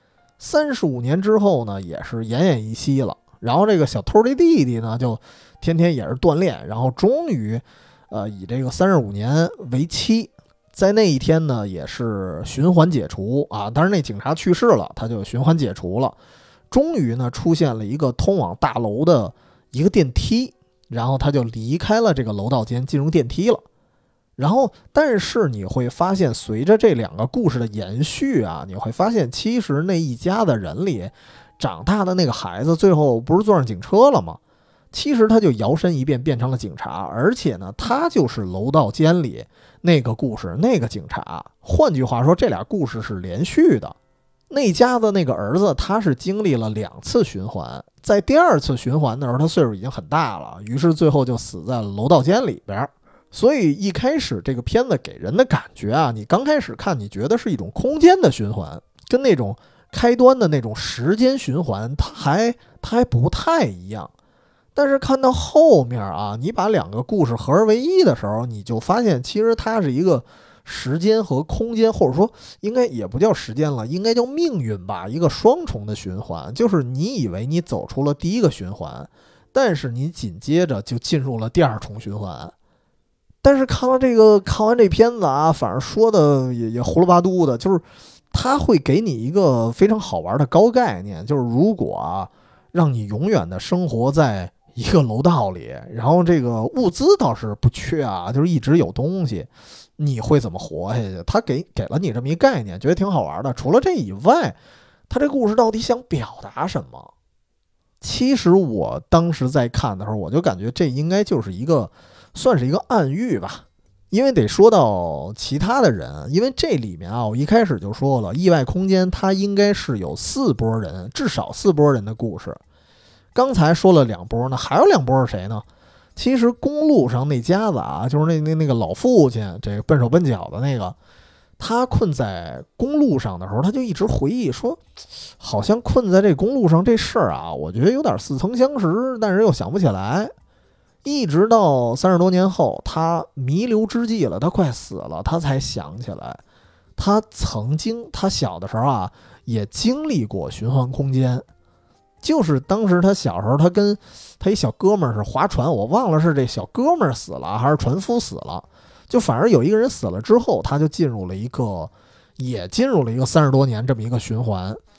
，35年之后呢，也是奄奄一息了。然后这个小偷的弟弟呢，就天天也是锻炼，然后终于以这个35年为期。在那一天呢，也是循环解除啊，当然那警察去世了，他就循环解除了。终于呢，出现了一个通往大楼的一个电梯，然后他就离开了这个楼道间，进入电梯了。然后，但是你会发现，随着这两个故事的延续啊，你会发现，其实那一家的人里，长大的那个孩子最后不是坐上警车了吗？其实他就摇身一变变成了警察，而且呢，他就是楼道间里那个故事那个警察。换句话说，这俩故事是连续的。那家的那个儿子他是经历了2次循环，在第2次循环的时候他岁数已经很大了，于是最后就死在了楼道间里边。所以一开始这个片子给人的感觉啊，你刚开始看你觉得是一种空间的循环，跟那种开端的那种时间循环它还不太一样。但是看到后面啊，你把2个故事合而为一的时候，你就发现其实它是一个时间和空间，或者说应该也不叫时间了，应该叫命运吧，一个双重的循环。就是你以为你走出了第1个循环，但是你紧接着就进入了第2重循环。但是看完这片子啊，反正说的也胡了八嘟的，就是它会给你一个非常好玩的高概念，就是如果让你永远的生活在一个楼道里，然后这个物资倒是不缺啊，就是一直有东西，你会怎么活下去？他给了你这么一概念，觉得挺好玩的。除了这以外，他这故事到底想表达什么？其实我当时在看的时候，我就感觉这应该就是算是一个暗喻吧。因为得说到其他的人，因为这里面啊，我一开始就说了，意外空间它应该是有4波人，至少4波人的故事。刚才说了2波呢，还有2波是谁呢？其实公路上那家子啊，就是那个老父亲，这个笨手笨脚的那个，他困在公路上的时候，他就一直回忆说，好像困在这公路上这事儿啊，我觉得有点似曾相识，但是又想不起来。一直到30多年后，他弥留之际了，他快死了，他才想起来，他小的时候啊，也经历过循环空间。就是当时他小时候，他跟他一小哥们儿是划船，我忘了是这小哥们儿死了还是船夫死了，就反而有一个人死了之后，他就进入了一个30多年这么一个循环。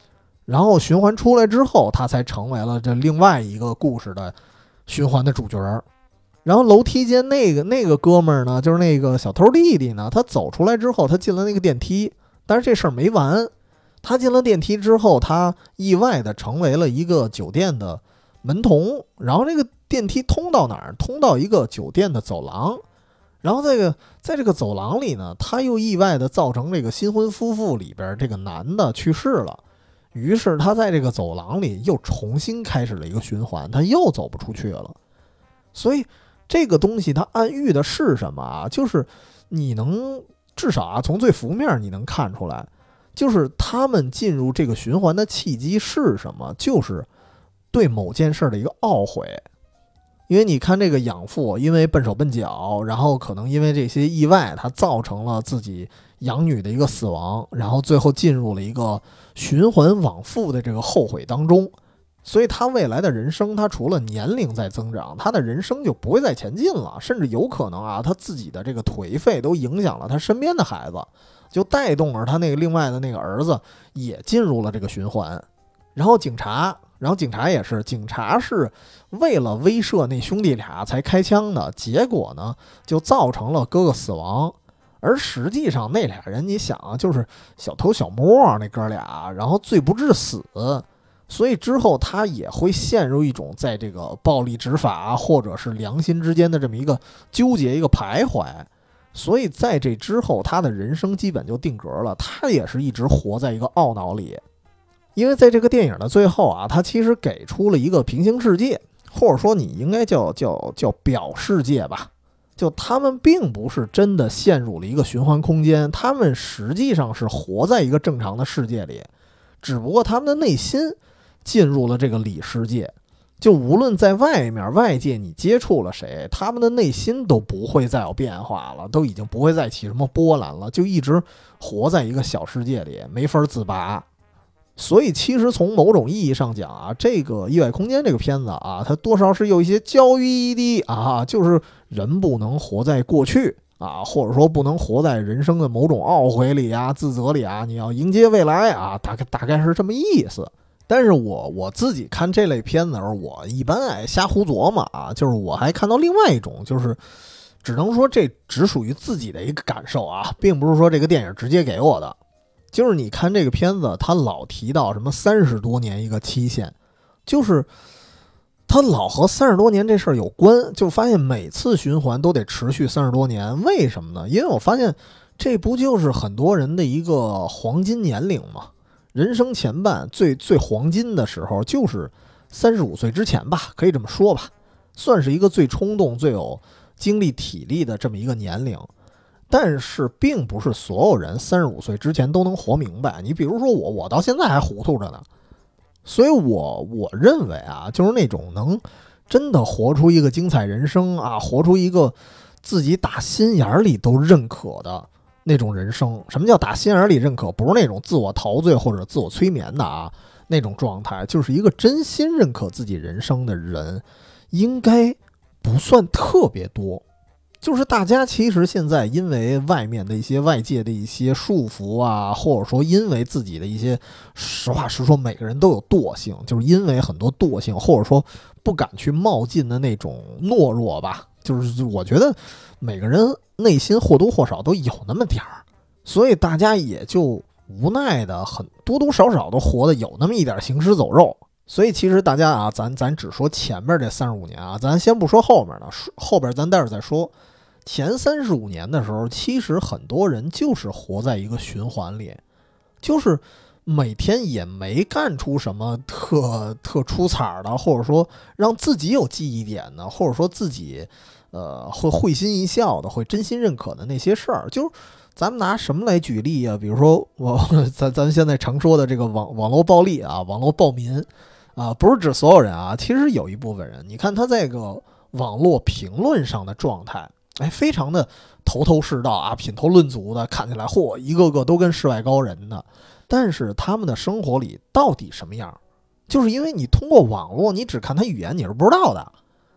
然后循环出来之后，他才成为了这另外一个故事的循环的主角。然后楼梯间那个哥们儿呢，就是那个小偷弟弟呢，他走出来之后，他进了那个电梯，但是这事儿没完。他进了电梯之后，他意外的成为了一个酒店的门童，然后这个电梯通到哪儿？通到一个酒店的走廊。然后在这个走廊里呢，他又意外的造成这个新婚夫妇里边这个男的去世了。于是他在这个走廊里又重新开始了一个循环，他又走不出去了。所以这个东西它暗喻的是什么啊？就是你能至少啊，从最浮面你能看出来，就是他们进入这个循环的契机是什么？就是对某件事的一个懊悔。因为你看这个养父，因为笨手笨脚，然后可能因为这些意外，他造成了自己养女的一个死亡，然后最后进入了一个循环往复的这个后悔当中。所以他未来的人生，他除了年龄在增长，他的人生就不会再前进了，甚至有可能啊，他自己的这个颓废都影响了他身边的孩子，就带动了他那个另外的那个儿子也进入了这个循环。然后警察也是，警察是为了威慑那兄弟俩才开枪的，结果呢就造成了哥哥死亡。而实际上那俩人你想啊，就是小偷小摸啊，那哥俩，然后罪不至死。所以之后他也会陷入一种在这个暴力执法或者是良心之间的这么一个纠结，一个徘徊。所以在这之后他的人生基本就定格了，他也是一直活在一个懊恼里。因为在这个电影的最后啊，他其实给出了一个平行世界，或者说你应该叫表世界吧。就他们并不是真的陷入了一个循环空间，他们实际上是活在一个正常的世界里，只不过他们的内心进入了这个里世界。就无论在外界你接触了谁，他们的内心都不会再有变化了，都已经不会再起什么波澜了，就一直活在一个小世界里，没法自拔。所以其实从某种意义上讲啊，这个意外空间这个片子啊，它多少是有一些教育意义啊，就是人不能活在过去啊，或者说不能活在人生的某种懊悔里啊、自责里啊，你要迎接未来啊，大概是这么意思。但是我自己看这类片子的时候，我一般爱瞎胡琢磨啊，就是我还看到另外一种，就是只能说这只属于自己的一个感受啊，并不是说这个电影直接给我的。就是你看这个片子，他老提到什么30多年一个期限，就是他老和30多年这事儿有关，就发现每次循环都得持续30多年。为什么呢？因为我发现这不就是很多人的一个黄金年龄吗？人生前半最黄金的时候就是35岁之前吧，可以这么说吧，算是一个最冲动、最有精力体力的这么一个年龄。但是并不是所有人35岁之前都能活明白，你比如说我到现在还糊涂着呢。所以我认为啊，就是那种能真的活出一个精彩人生啊，活出一个自己打心眼里都认可的那种人生。什么叫打心眼里认可？不是那种自我陶醉或者自我催眠的啊，那种状态，就是一个真心认可自己人生的人，应该不算特别多。就是大家其实现在因为外面的一些外界的一些束缚啊，或者说因为自己的一些，实话实说，每个人都有惰性，就是因为很多惰性，或者说不敢去冒进的那种懦弱吧。就是我觉得每个人内心或多或少都有那么点儿，所以大家也就无奈的很多多少少都活得有那么一点行尸走肉。所以其实大家啊，咱只说前面这35年啊，咱先不说后面的，后边咱待会儿再说。前35年的时候，其实很多人就是活在一个循环里，就是每天也没干出什么特出彩的，或者说让自己有记忆点的，或者说自己会会心一笑的，会真心认可的那些事儿。就是咱们拿什么来举例啊？比如说咱现在常说的这个网络暴力啊，网络暴民啊，不是指所有人啊，其实有一部分人，你看他在这个网络评论上的状态，非常的头头是道啊，品头论足的，看起来一个个都跟世外高人的。但是他们的生活里到底什么样？就是因为你通过网络，你只看他语言你是不知道的，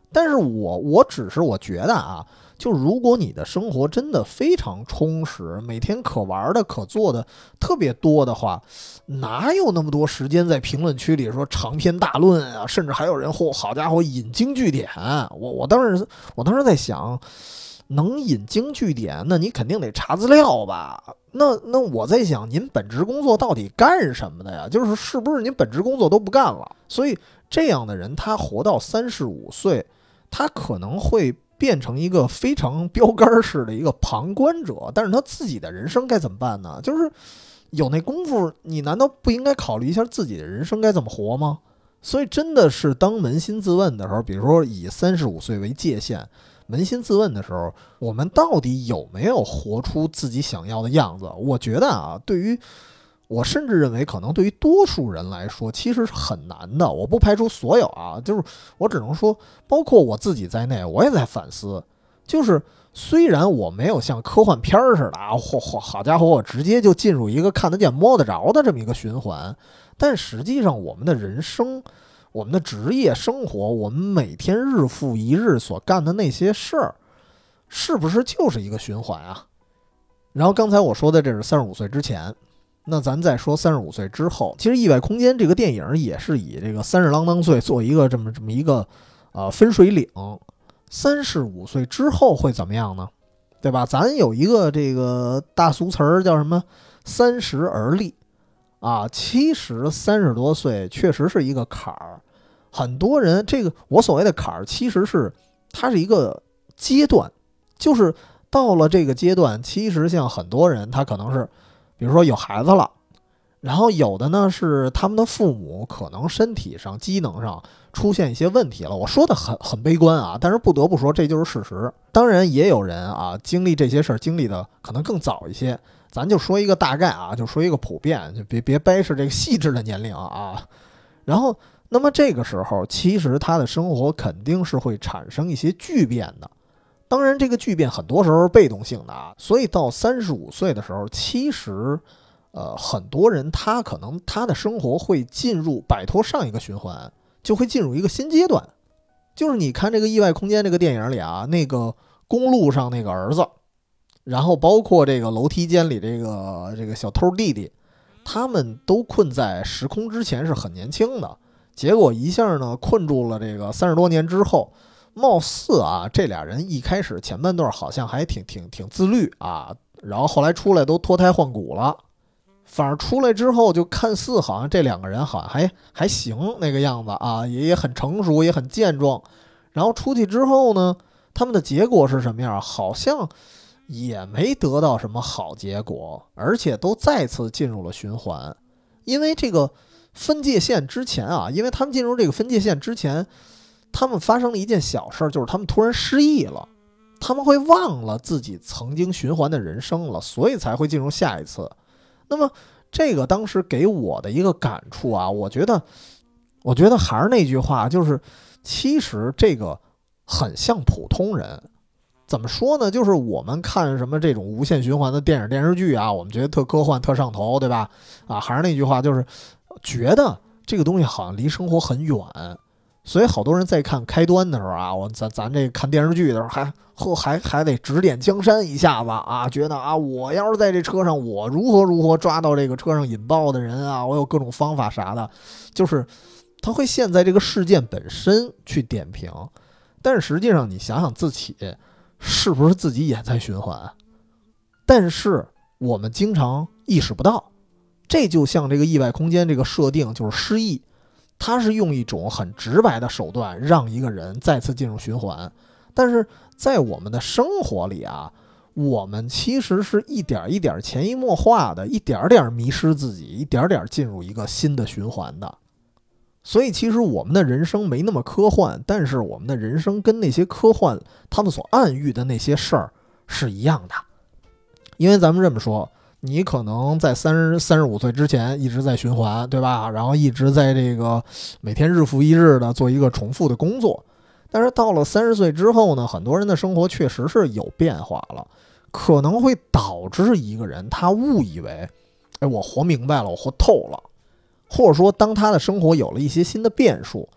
但是我只是我觉得啊，就如果你的生活真的非常充实，每天可玩的可做的特别多的话，哪有那么多时间在评论区里说长篇大论啊，甚至还有人好家伙引经据典。我当时在想，能引经据典，那你肯定得查资料吧？那我在想，您本职工作到底干什么的呀？就是是不是您本职工作都不干了？所以这样的人，他活到35岁，他可能会变成一个非常标杆式的一个旁观者，但是他自己的人生该怎么办呢？就是有那功夫，你难道不应该考虑一下自己的人生该怎么活吗？所以真的是当扪心自问的时候，比如说以35岁为界限，扪心自问的时候，我们到底有没有活出自己想要的样子？我觉得啊，我甚至认为可能对于多数人来说其实是很难的。我不排除所有啊，就是我只能说包括我自己在内，我也在反思，就是虽然我没有像科幻片似的啊，好家伙，我直接就进入一个看得见摸得着的这么一个循环，但实际上我们的人生，我们的职业生活，我们每天日复一日所干的那些事儿，是不是就是一个循环啊？然后刚才我说的这是35岁之前，那咱再说35岁之后，其实《意外空间》这个电影也是以这个30郎当岁做一个这么一个分水岭。35岁之后会怎么样呢？对吧？咱有一个这个大俗词儿叫什么？30而立啊。其实30多岁确实是一个坎儿，很多人这个我所谓的坎儿，其实是它是一个阶段，就是到了这个阶段，其实像很多人他可能是比如说有孩子了，然后有的呢是他们的父母可能身体上机能上出现一些问题了。我说的很悲观啊，但是不得不说这就是事实。当然也有人啊经历这些事儿经历的可能更早一些，咱就说一个大概啊，就说一个普遍，就别掰是这个细致的年龄啊。然后那么这个时候其实他的生活肯定是会产生一些巨变的。当然这个巨变很多时候是被动性的啊，所以到35岁的时候，其实很多人他可能他的生活会摆脱上一个循环，就会进入一个新阶段。就是你看这个《意外空间》这个电影里啊，那个公路上那个儿子，然后包括这个楼梯间里这个小偷弟弟，他们都困在时空之前是很年轻的，结果一下呢困住了这个30多年之后，貌似啊这俩人一开始前半段好像还挺自律啊，然后后来出来都脱胎换骨了。反而出来之后就看似好像这两个人好像还行那个样子啊，也很成熟也很健壮。然后出去之后呢，他们的结果是什么样？好像也没得到什么好结果，而且都再次进入了循环。因为这个分界线之前啊，因为他们进入这个分界线之前，他们发生了一件小事，就是他们突然失忆了，他们会忘了自己曾经循环的人生了，所以才会进入下一次。那么这个当时给我的一个感触啊，我觉得还是那句话，就是其实这个很像普通人。怎么说呢？就是我们看什么这种无限循环的电影电视剧啊，我们觉得特科幻特上头，对吧？啊，还是那句话，就是觉得这个东西好像离生活很远，所以好多人在看开端的时候啊，咱这看电视剧的时候还得指点江山一下子啊，觉得啊，我要是在这车上，我如何抓到这个车上引爆的人啊，我有各种方法啥的，就是他会陷在这个事件本身去点评，但是实际上你想想自己是不是自己也在循环？但是我们经常意识不到，这就像这个意外空间这个设定就是失忆，它是用一种很直白的手段让一个人再次进入循环。但是在我们的生活里啊，我们其实是一点一点潜移默化的，一点点迷失自己，一点点进入一个新的循环的。所以其实我们的人生没那么科幻，但是我们的人生跟那些科幻他们所暗喻的那些事儿是一样的。因为咱们这么说，你可能在35岁之前一直在循环，对吧？然后一直在这个每天日复一日的做一个重复的工作。但是到了30岁之后呢，很多人的生活确实是有变化了，可能会导致一个人他误以为，我活明白了，我活透了。或者说当他的生活有了一些新的变数，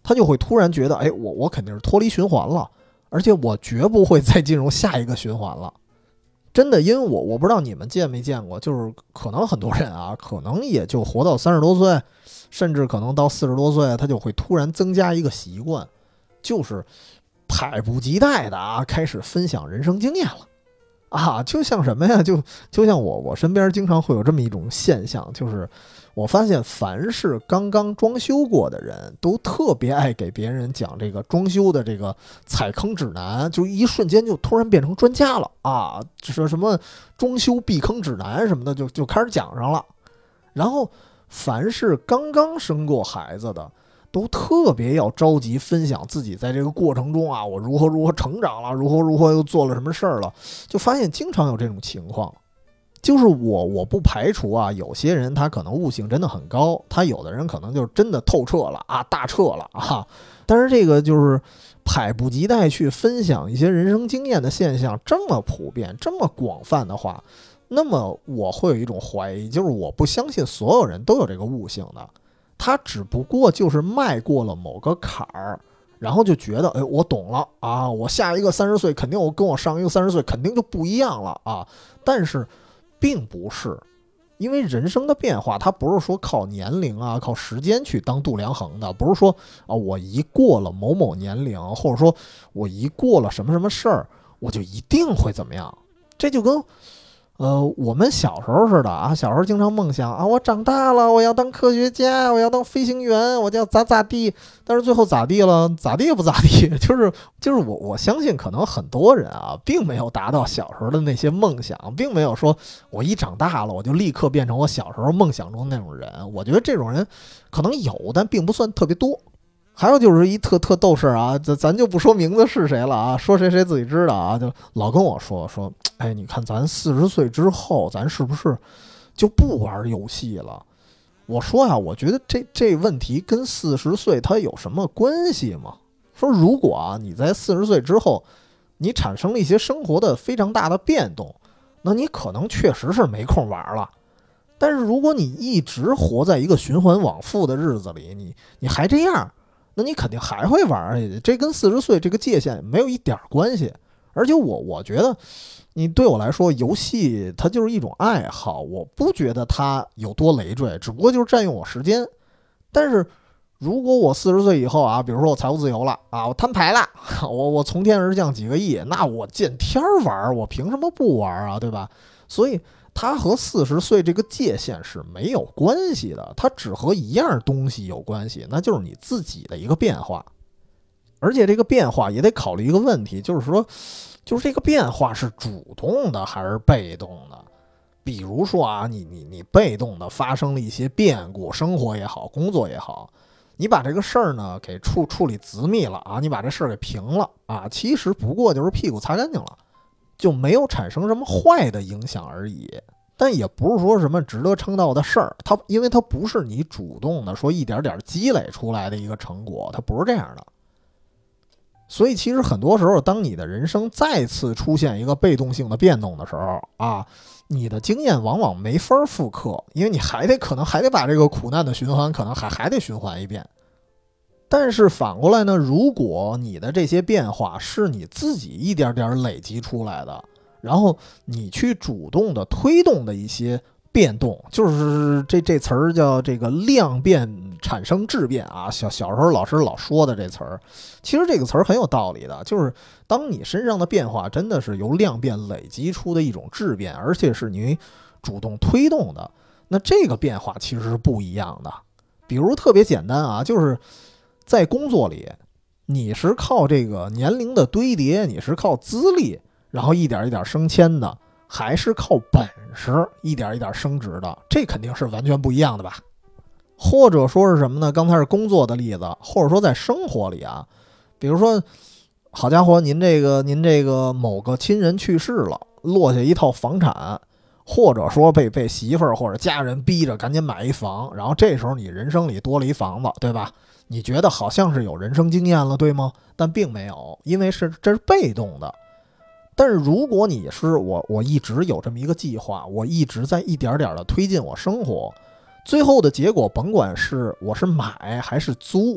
他就会突然觉得，哎，我肯定是脱离循环了，而且我绝不会再进入下一个循环了。真的，因为我不知道你们见没见过，就是可能很多人啊，可能也就活到30多岁，甚至可能到40多岁，他就会突然增加一个习惯，就是迫不及待的啊，开始分享人生经验了。啊，就像什么呀？就像我身边经常会有这么一种现象，就是我发现凡是刚刚装修过的人都特别爱给别人讲这个装修的这个踩坑指南，就一瞬间就突然变成专家了啊！这什么装修避坑指南什么的就开始讲上了。然后凡是刚刚生过孩子的，都特别要着急分享自己在这个过程中啊，我如何成长了，如何又做了什么事儿了，就发现经常有这种情况。就是我不排除啊，有些人他可能悟性真的很高，他有的人可能就是真的透彻了啊，大彻了啊。但是这个就是迫不及待去分享一些人生经验的现象这么普遍这么广泛的话，那么我会有一种怀疑，就是我不相信所有人都有这个悟性的。他只不过就是迈过了某个坎儿，然后就觉得，哎，我懂了啊，我下一个30岁肯定我跟我上一个30岁肯定就不一样了啊。但是并不是，因为人生的变化它不是说靠年龄啊靠时间去当度量衡的，不是说啊我一过了某某年龄，或者说我一过了什么什么事儿我就一定会怎么样。这就跟我们小时候似的啊，小时候经常梦想啊，我长大了，我要当科学家，我要当飞行员，我就要咋地。但是最后咋地了？咋地也不咋地。就是我相信可能很多人啊，并没有达到小时候的那些梦想，并没有说我一长大了我就立刻变成我小时候梦想中那种人。我觉得这种人可能有，但并不算特别多。还有就是一特逗事啊，咱就不说名字是谁了啊，说谁自己知道啊，就老跟我说，哎，你看咱40岁之后，咱是不是就不玩游戏了？我说呀，我觉得这问题跟40岁它有什么关系吗？说如果啊你在40岁之后，你产生了一些生活的非常大的变动，那你可能确实是没空玩了。但是如果你一直活在一个循环往复的日子里，你还这样，那你肯定还会玩下去，这跟40岁这个界限没有一点关系。而且我觉得，你对我来说，游戏它就是一种爱好，我不觉得它有多累赘，只不过就是占用我时间。但是如果我40岁以后啊，比如说我财务自由了啊，我摊牌了，我从天而降几个亿，那我见天玩，我凭什么不玩啊？对吧？所以它和40岁这个界限是没有关系的，它只和一样东西有关系，那就是你自己的一个变化。而且这个变化也得考虑一个问题，就是说，就是这个变化是主动的还是被动的？比如说啊，你被动的发生了一些变故，生活也好，工作也好，你把这个事儿呢给处理缜密了啊，你把这事儿给平了啊，其实不过就是屁股擦干净了，就没有产生什么坏的影响而已。但也不是说什么值得称道的事儿，因为它不是你主动的说一点点积累出来的一个成果，它不是这样的。所以其实很多时候，当你的人生再次出现一个被动性的变动的时候啊，你的经验往往没法复刻，因为你可能还得把这个苦难的循环可能还得循环一遍。但是反过来呢，如果你的这些变化是你自己一点点累积出来的，然后你去主动的推动的一些变动，就是这词儿叫这个量变产生质变啊，小时候老师老说的这词儿，其实这个词儿很有道理的，就是当你身上的变化真的是由量变累积出的一种质变，而且是你主动推动的，那这个变化其实是不一样的。比如特别简单啊，就是在工作里，你是靠这个年龄的堆叠，你是靠资历，然后一点一点升迁的，还是靠本事一点一点升职的，这肯定是完全不一样的吧。或者说是什么呢？刚才是工作的例子，或者说在生活里啊，比如说，好家伙，您这个某个亲人去世了，落下一套房产，或者说被媳妇儿或者家人逼着赶紧买一房，然后这时候你人生里多了一房子，对吧？你觉得好像是有人生经验了，对吗？但并没有，因为这是被动的。但是如果你是我一直有这么一个计划，我一直在一点点的推进我生活，最后的结果甭管是我是买还是租，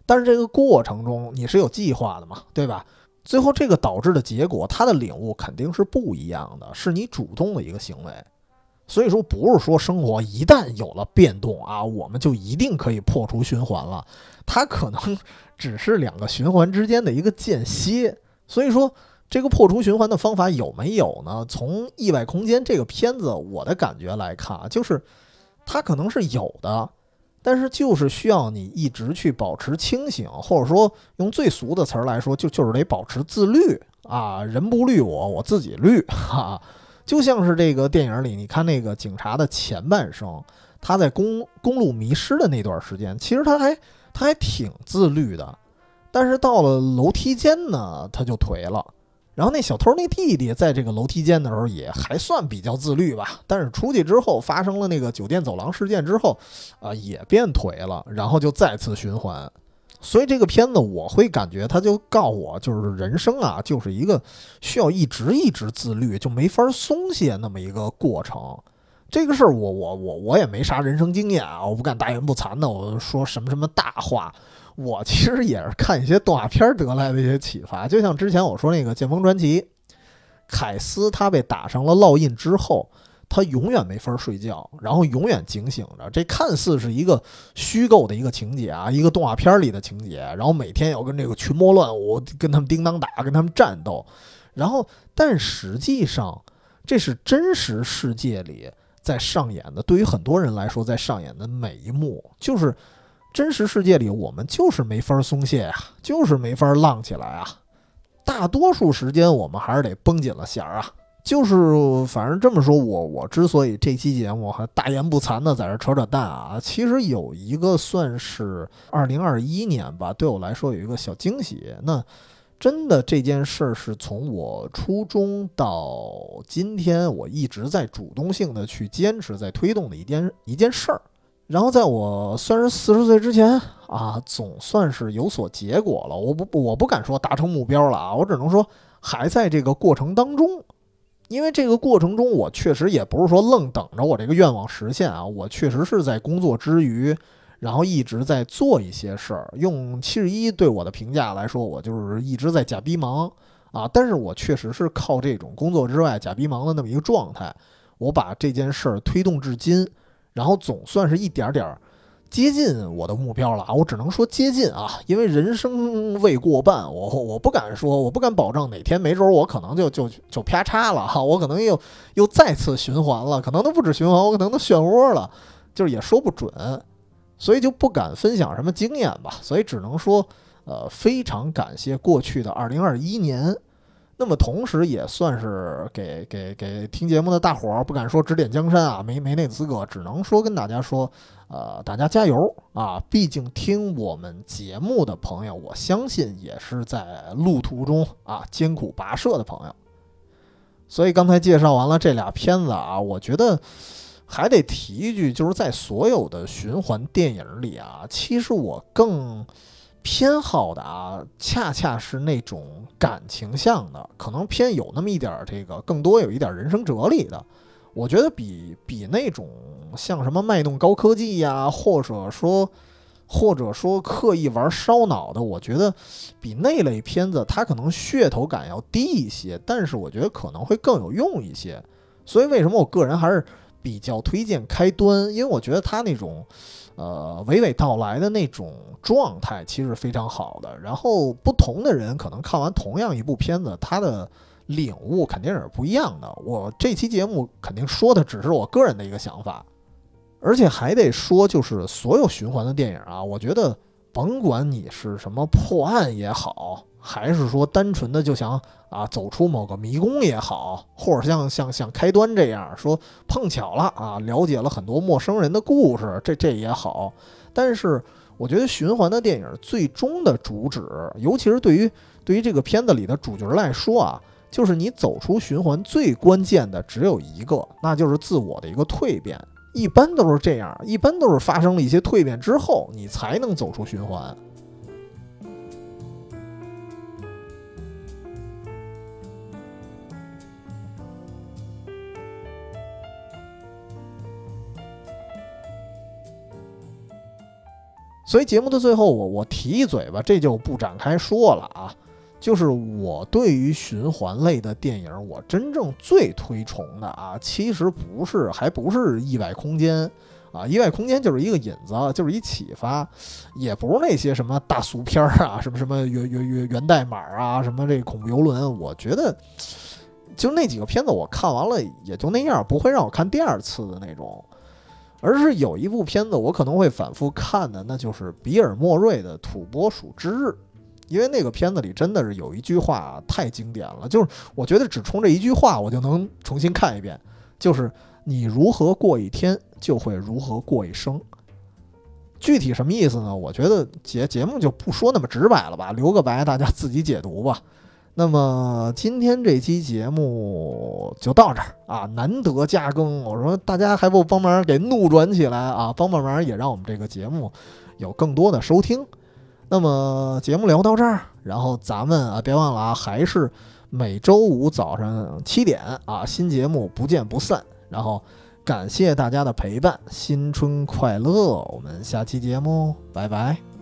但是这个过程中你是有计划的嘛，对吧？最后这个导致的结果，他的领悟肯定是不一样的，是你主动的一个行为。所以说不是说生活一旦有了变动啊，我们就一定可以破除循环了，它可能只是两个循环之间的一个间歇。所以说这个破除循环的方法有没有呢？从《意外空间》这个片子我的感觉来看，就是它可能是有的，但是就是需要你一直去保持清醒，或者说用最俗的词儿来说，就是得保持自律啊，人不律我自己律哈。就像是这个电影里，你看那个警察的前半生，他在公路迷失的那段时间，其实他还挺自律的，但是到了楼梯间呢，他就颓了。然后那小偷那弟弟在这个楼梯间的时候也还算比较自律吧，但是出去之后发生了那个酒店走廊事件之后，也变颓了，然后就再次循环。所以这个片子我会感觉他就告我，就是人生啊，就是一个需要一直自律，就没法松懈那么一个过程。这个事儿我也没啥人生经验啊，我不敢大言不惭的我说什么大话。我其实也是看一些动画片得来的一些启发，就像之前我说那个《剑锋传奇》，凯斯他被打上了烙印之后，他永远没法睡觉，然后永远警醒着。这看似是一个虚构的一个情节啊，一个动画片里的情节，然后每天要跟这个群魔乱舞，跟他们叮当打，跟他们战斗。然后，但实际上这是真实世界里在上演的，对于很多人来说，在上演的每一幕，就是真实世界里我们就是没法松懈啊，就是没法浪起来啊。大多数时间我们还是得绷紧了弦啊。就是反正这么说，我之所以这期节目还大言不惭的在这扯淡啊，其实有一个算是2021年吧，对我来说有一个小惊喜。那真的这件事是从我初中到今天，我一直在主动性的去坚持在推动的一件事儿。然后在我算是40岁之前啊，总算是有所结果了。我不敢说达成目标了啊，我只能说还在这个过程当中。因为这个过程中，我确实也不是说愣等着我这个愿望实现啊，我确实是在工作之余，然后一直在做一些事儿。用71对我的评价来说，我就是一直在假逼忙啊。但是我确实是靠这种工作之外假逼忙的那么一个状态，我把这件事儿推动至今，然后总算是一点点接近我的目标了啊！我只能说接近啊，因为人生未过半，我不敢说，我不敢保证哪天没准我可能就啪嚓了哈，我可能又再次循环了，可能都不止循环，我可能都漩涡了，就是也说不准，所以就不敢分享什么经验吧，所以只能说，非常感谢过去的2021年。那么同时也算是给听节目的大伙儿，不敢说指点江山啊，没那资格，只能说跟大家说，大家加油啊！毕竟听我们节目的朋友，我相信也是在路途中啊艰苦跋涉的朋友。所以刚才介绍完了这俩片子啊，我觉得还得提一句，就是在所有的循环电影里啊，其实我更偏好的啊，恰恰是那种感情向的，可能偏有那么一点这个，更多有一点人生哲理的。我觉得比那种像什么卖弄高科技呀，或者说刻意玩烧脑的，我觉得比那类片子它可能噱头感要低一些，但是我觉得可能会更有用一些。所以为什么我个人还是比较推荐开端，因为我觉得它那种娓娓道来的那种状态其实非常好的。然后不同的人可能看完同样一部片子，他的领悟肯定是不一样的。我这期节目肯定说的只是我个人的一个想法，而且还得说，就是所有循环的电影啊，我觉得甭管你是什么破案也好，还是说单纯的就想走出某个迷宫也好，或者像开端这样说碰巧了啊，了解了很多陌生人的故事，这也好。但是我觉得循环的电影最终的主旨，尤其是对于这个片子里的主角来说啊，就是你走出循环最关键的只有一个，那就是自我的一个蜕变。一般都是这样，一般都是发生了一些蜕变之后，你才能走出循环。 所以节目的最后我提一嘴吧，这就不展开说了啊。就是我对于循环类的电影，我真正最推崇的啊，其实还不是意外空间啊，意外空间就是一个引子，就是一启发，也不是那些什么大俗片啊，什么源代码啊，什么这恐怖游轮，我觉得就那几个片子我看完了也就那样，不会让我看第二次的那种。而是有一部片子我可能会反复看的，那就是比尔莫瑞的《土拨鼠之日》。因为那个片子里真的是有一句话太经典了，就是我觉得只冲这一句话我就能重新看一遍，就是你如何过一天就会如何过一生。具体什么意思呢？我觉得节目就不说那么直白了吧，留个白大家自己解读吧。那么今天这期节目就到这儿啊，难得加更，我说大家还不帮忙给怒转起来啊，帮忙也让我们这个节目有更多的收听。那么节目聊到这儿，然后咱们啊别忘了啊，还是每周五早上7点啊，新节目不见不散。然后感谢大家的陪伴，新春快乐，我们下期节目拜拜。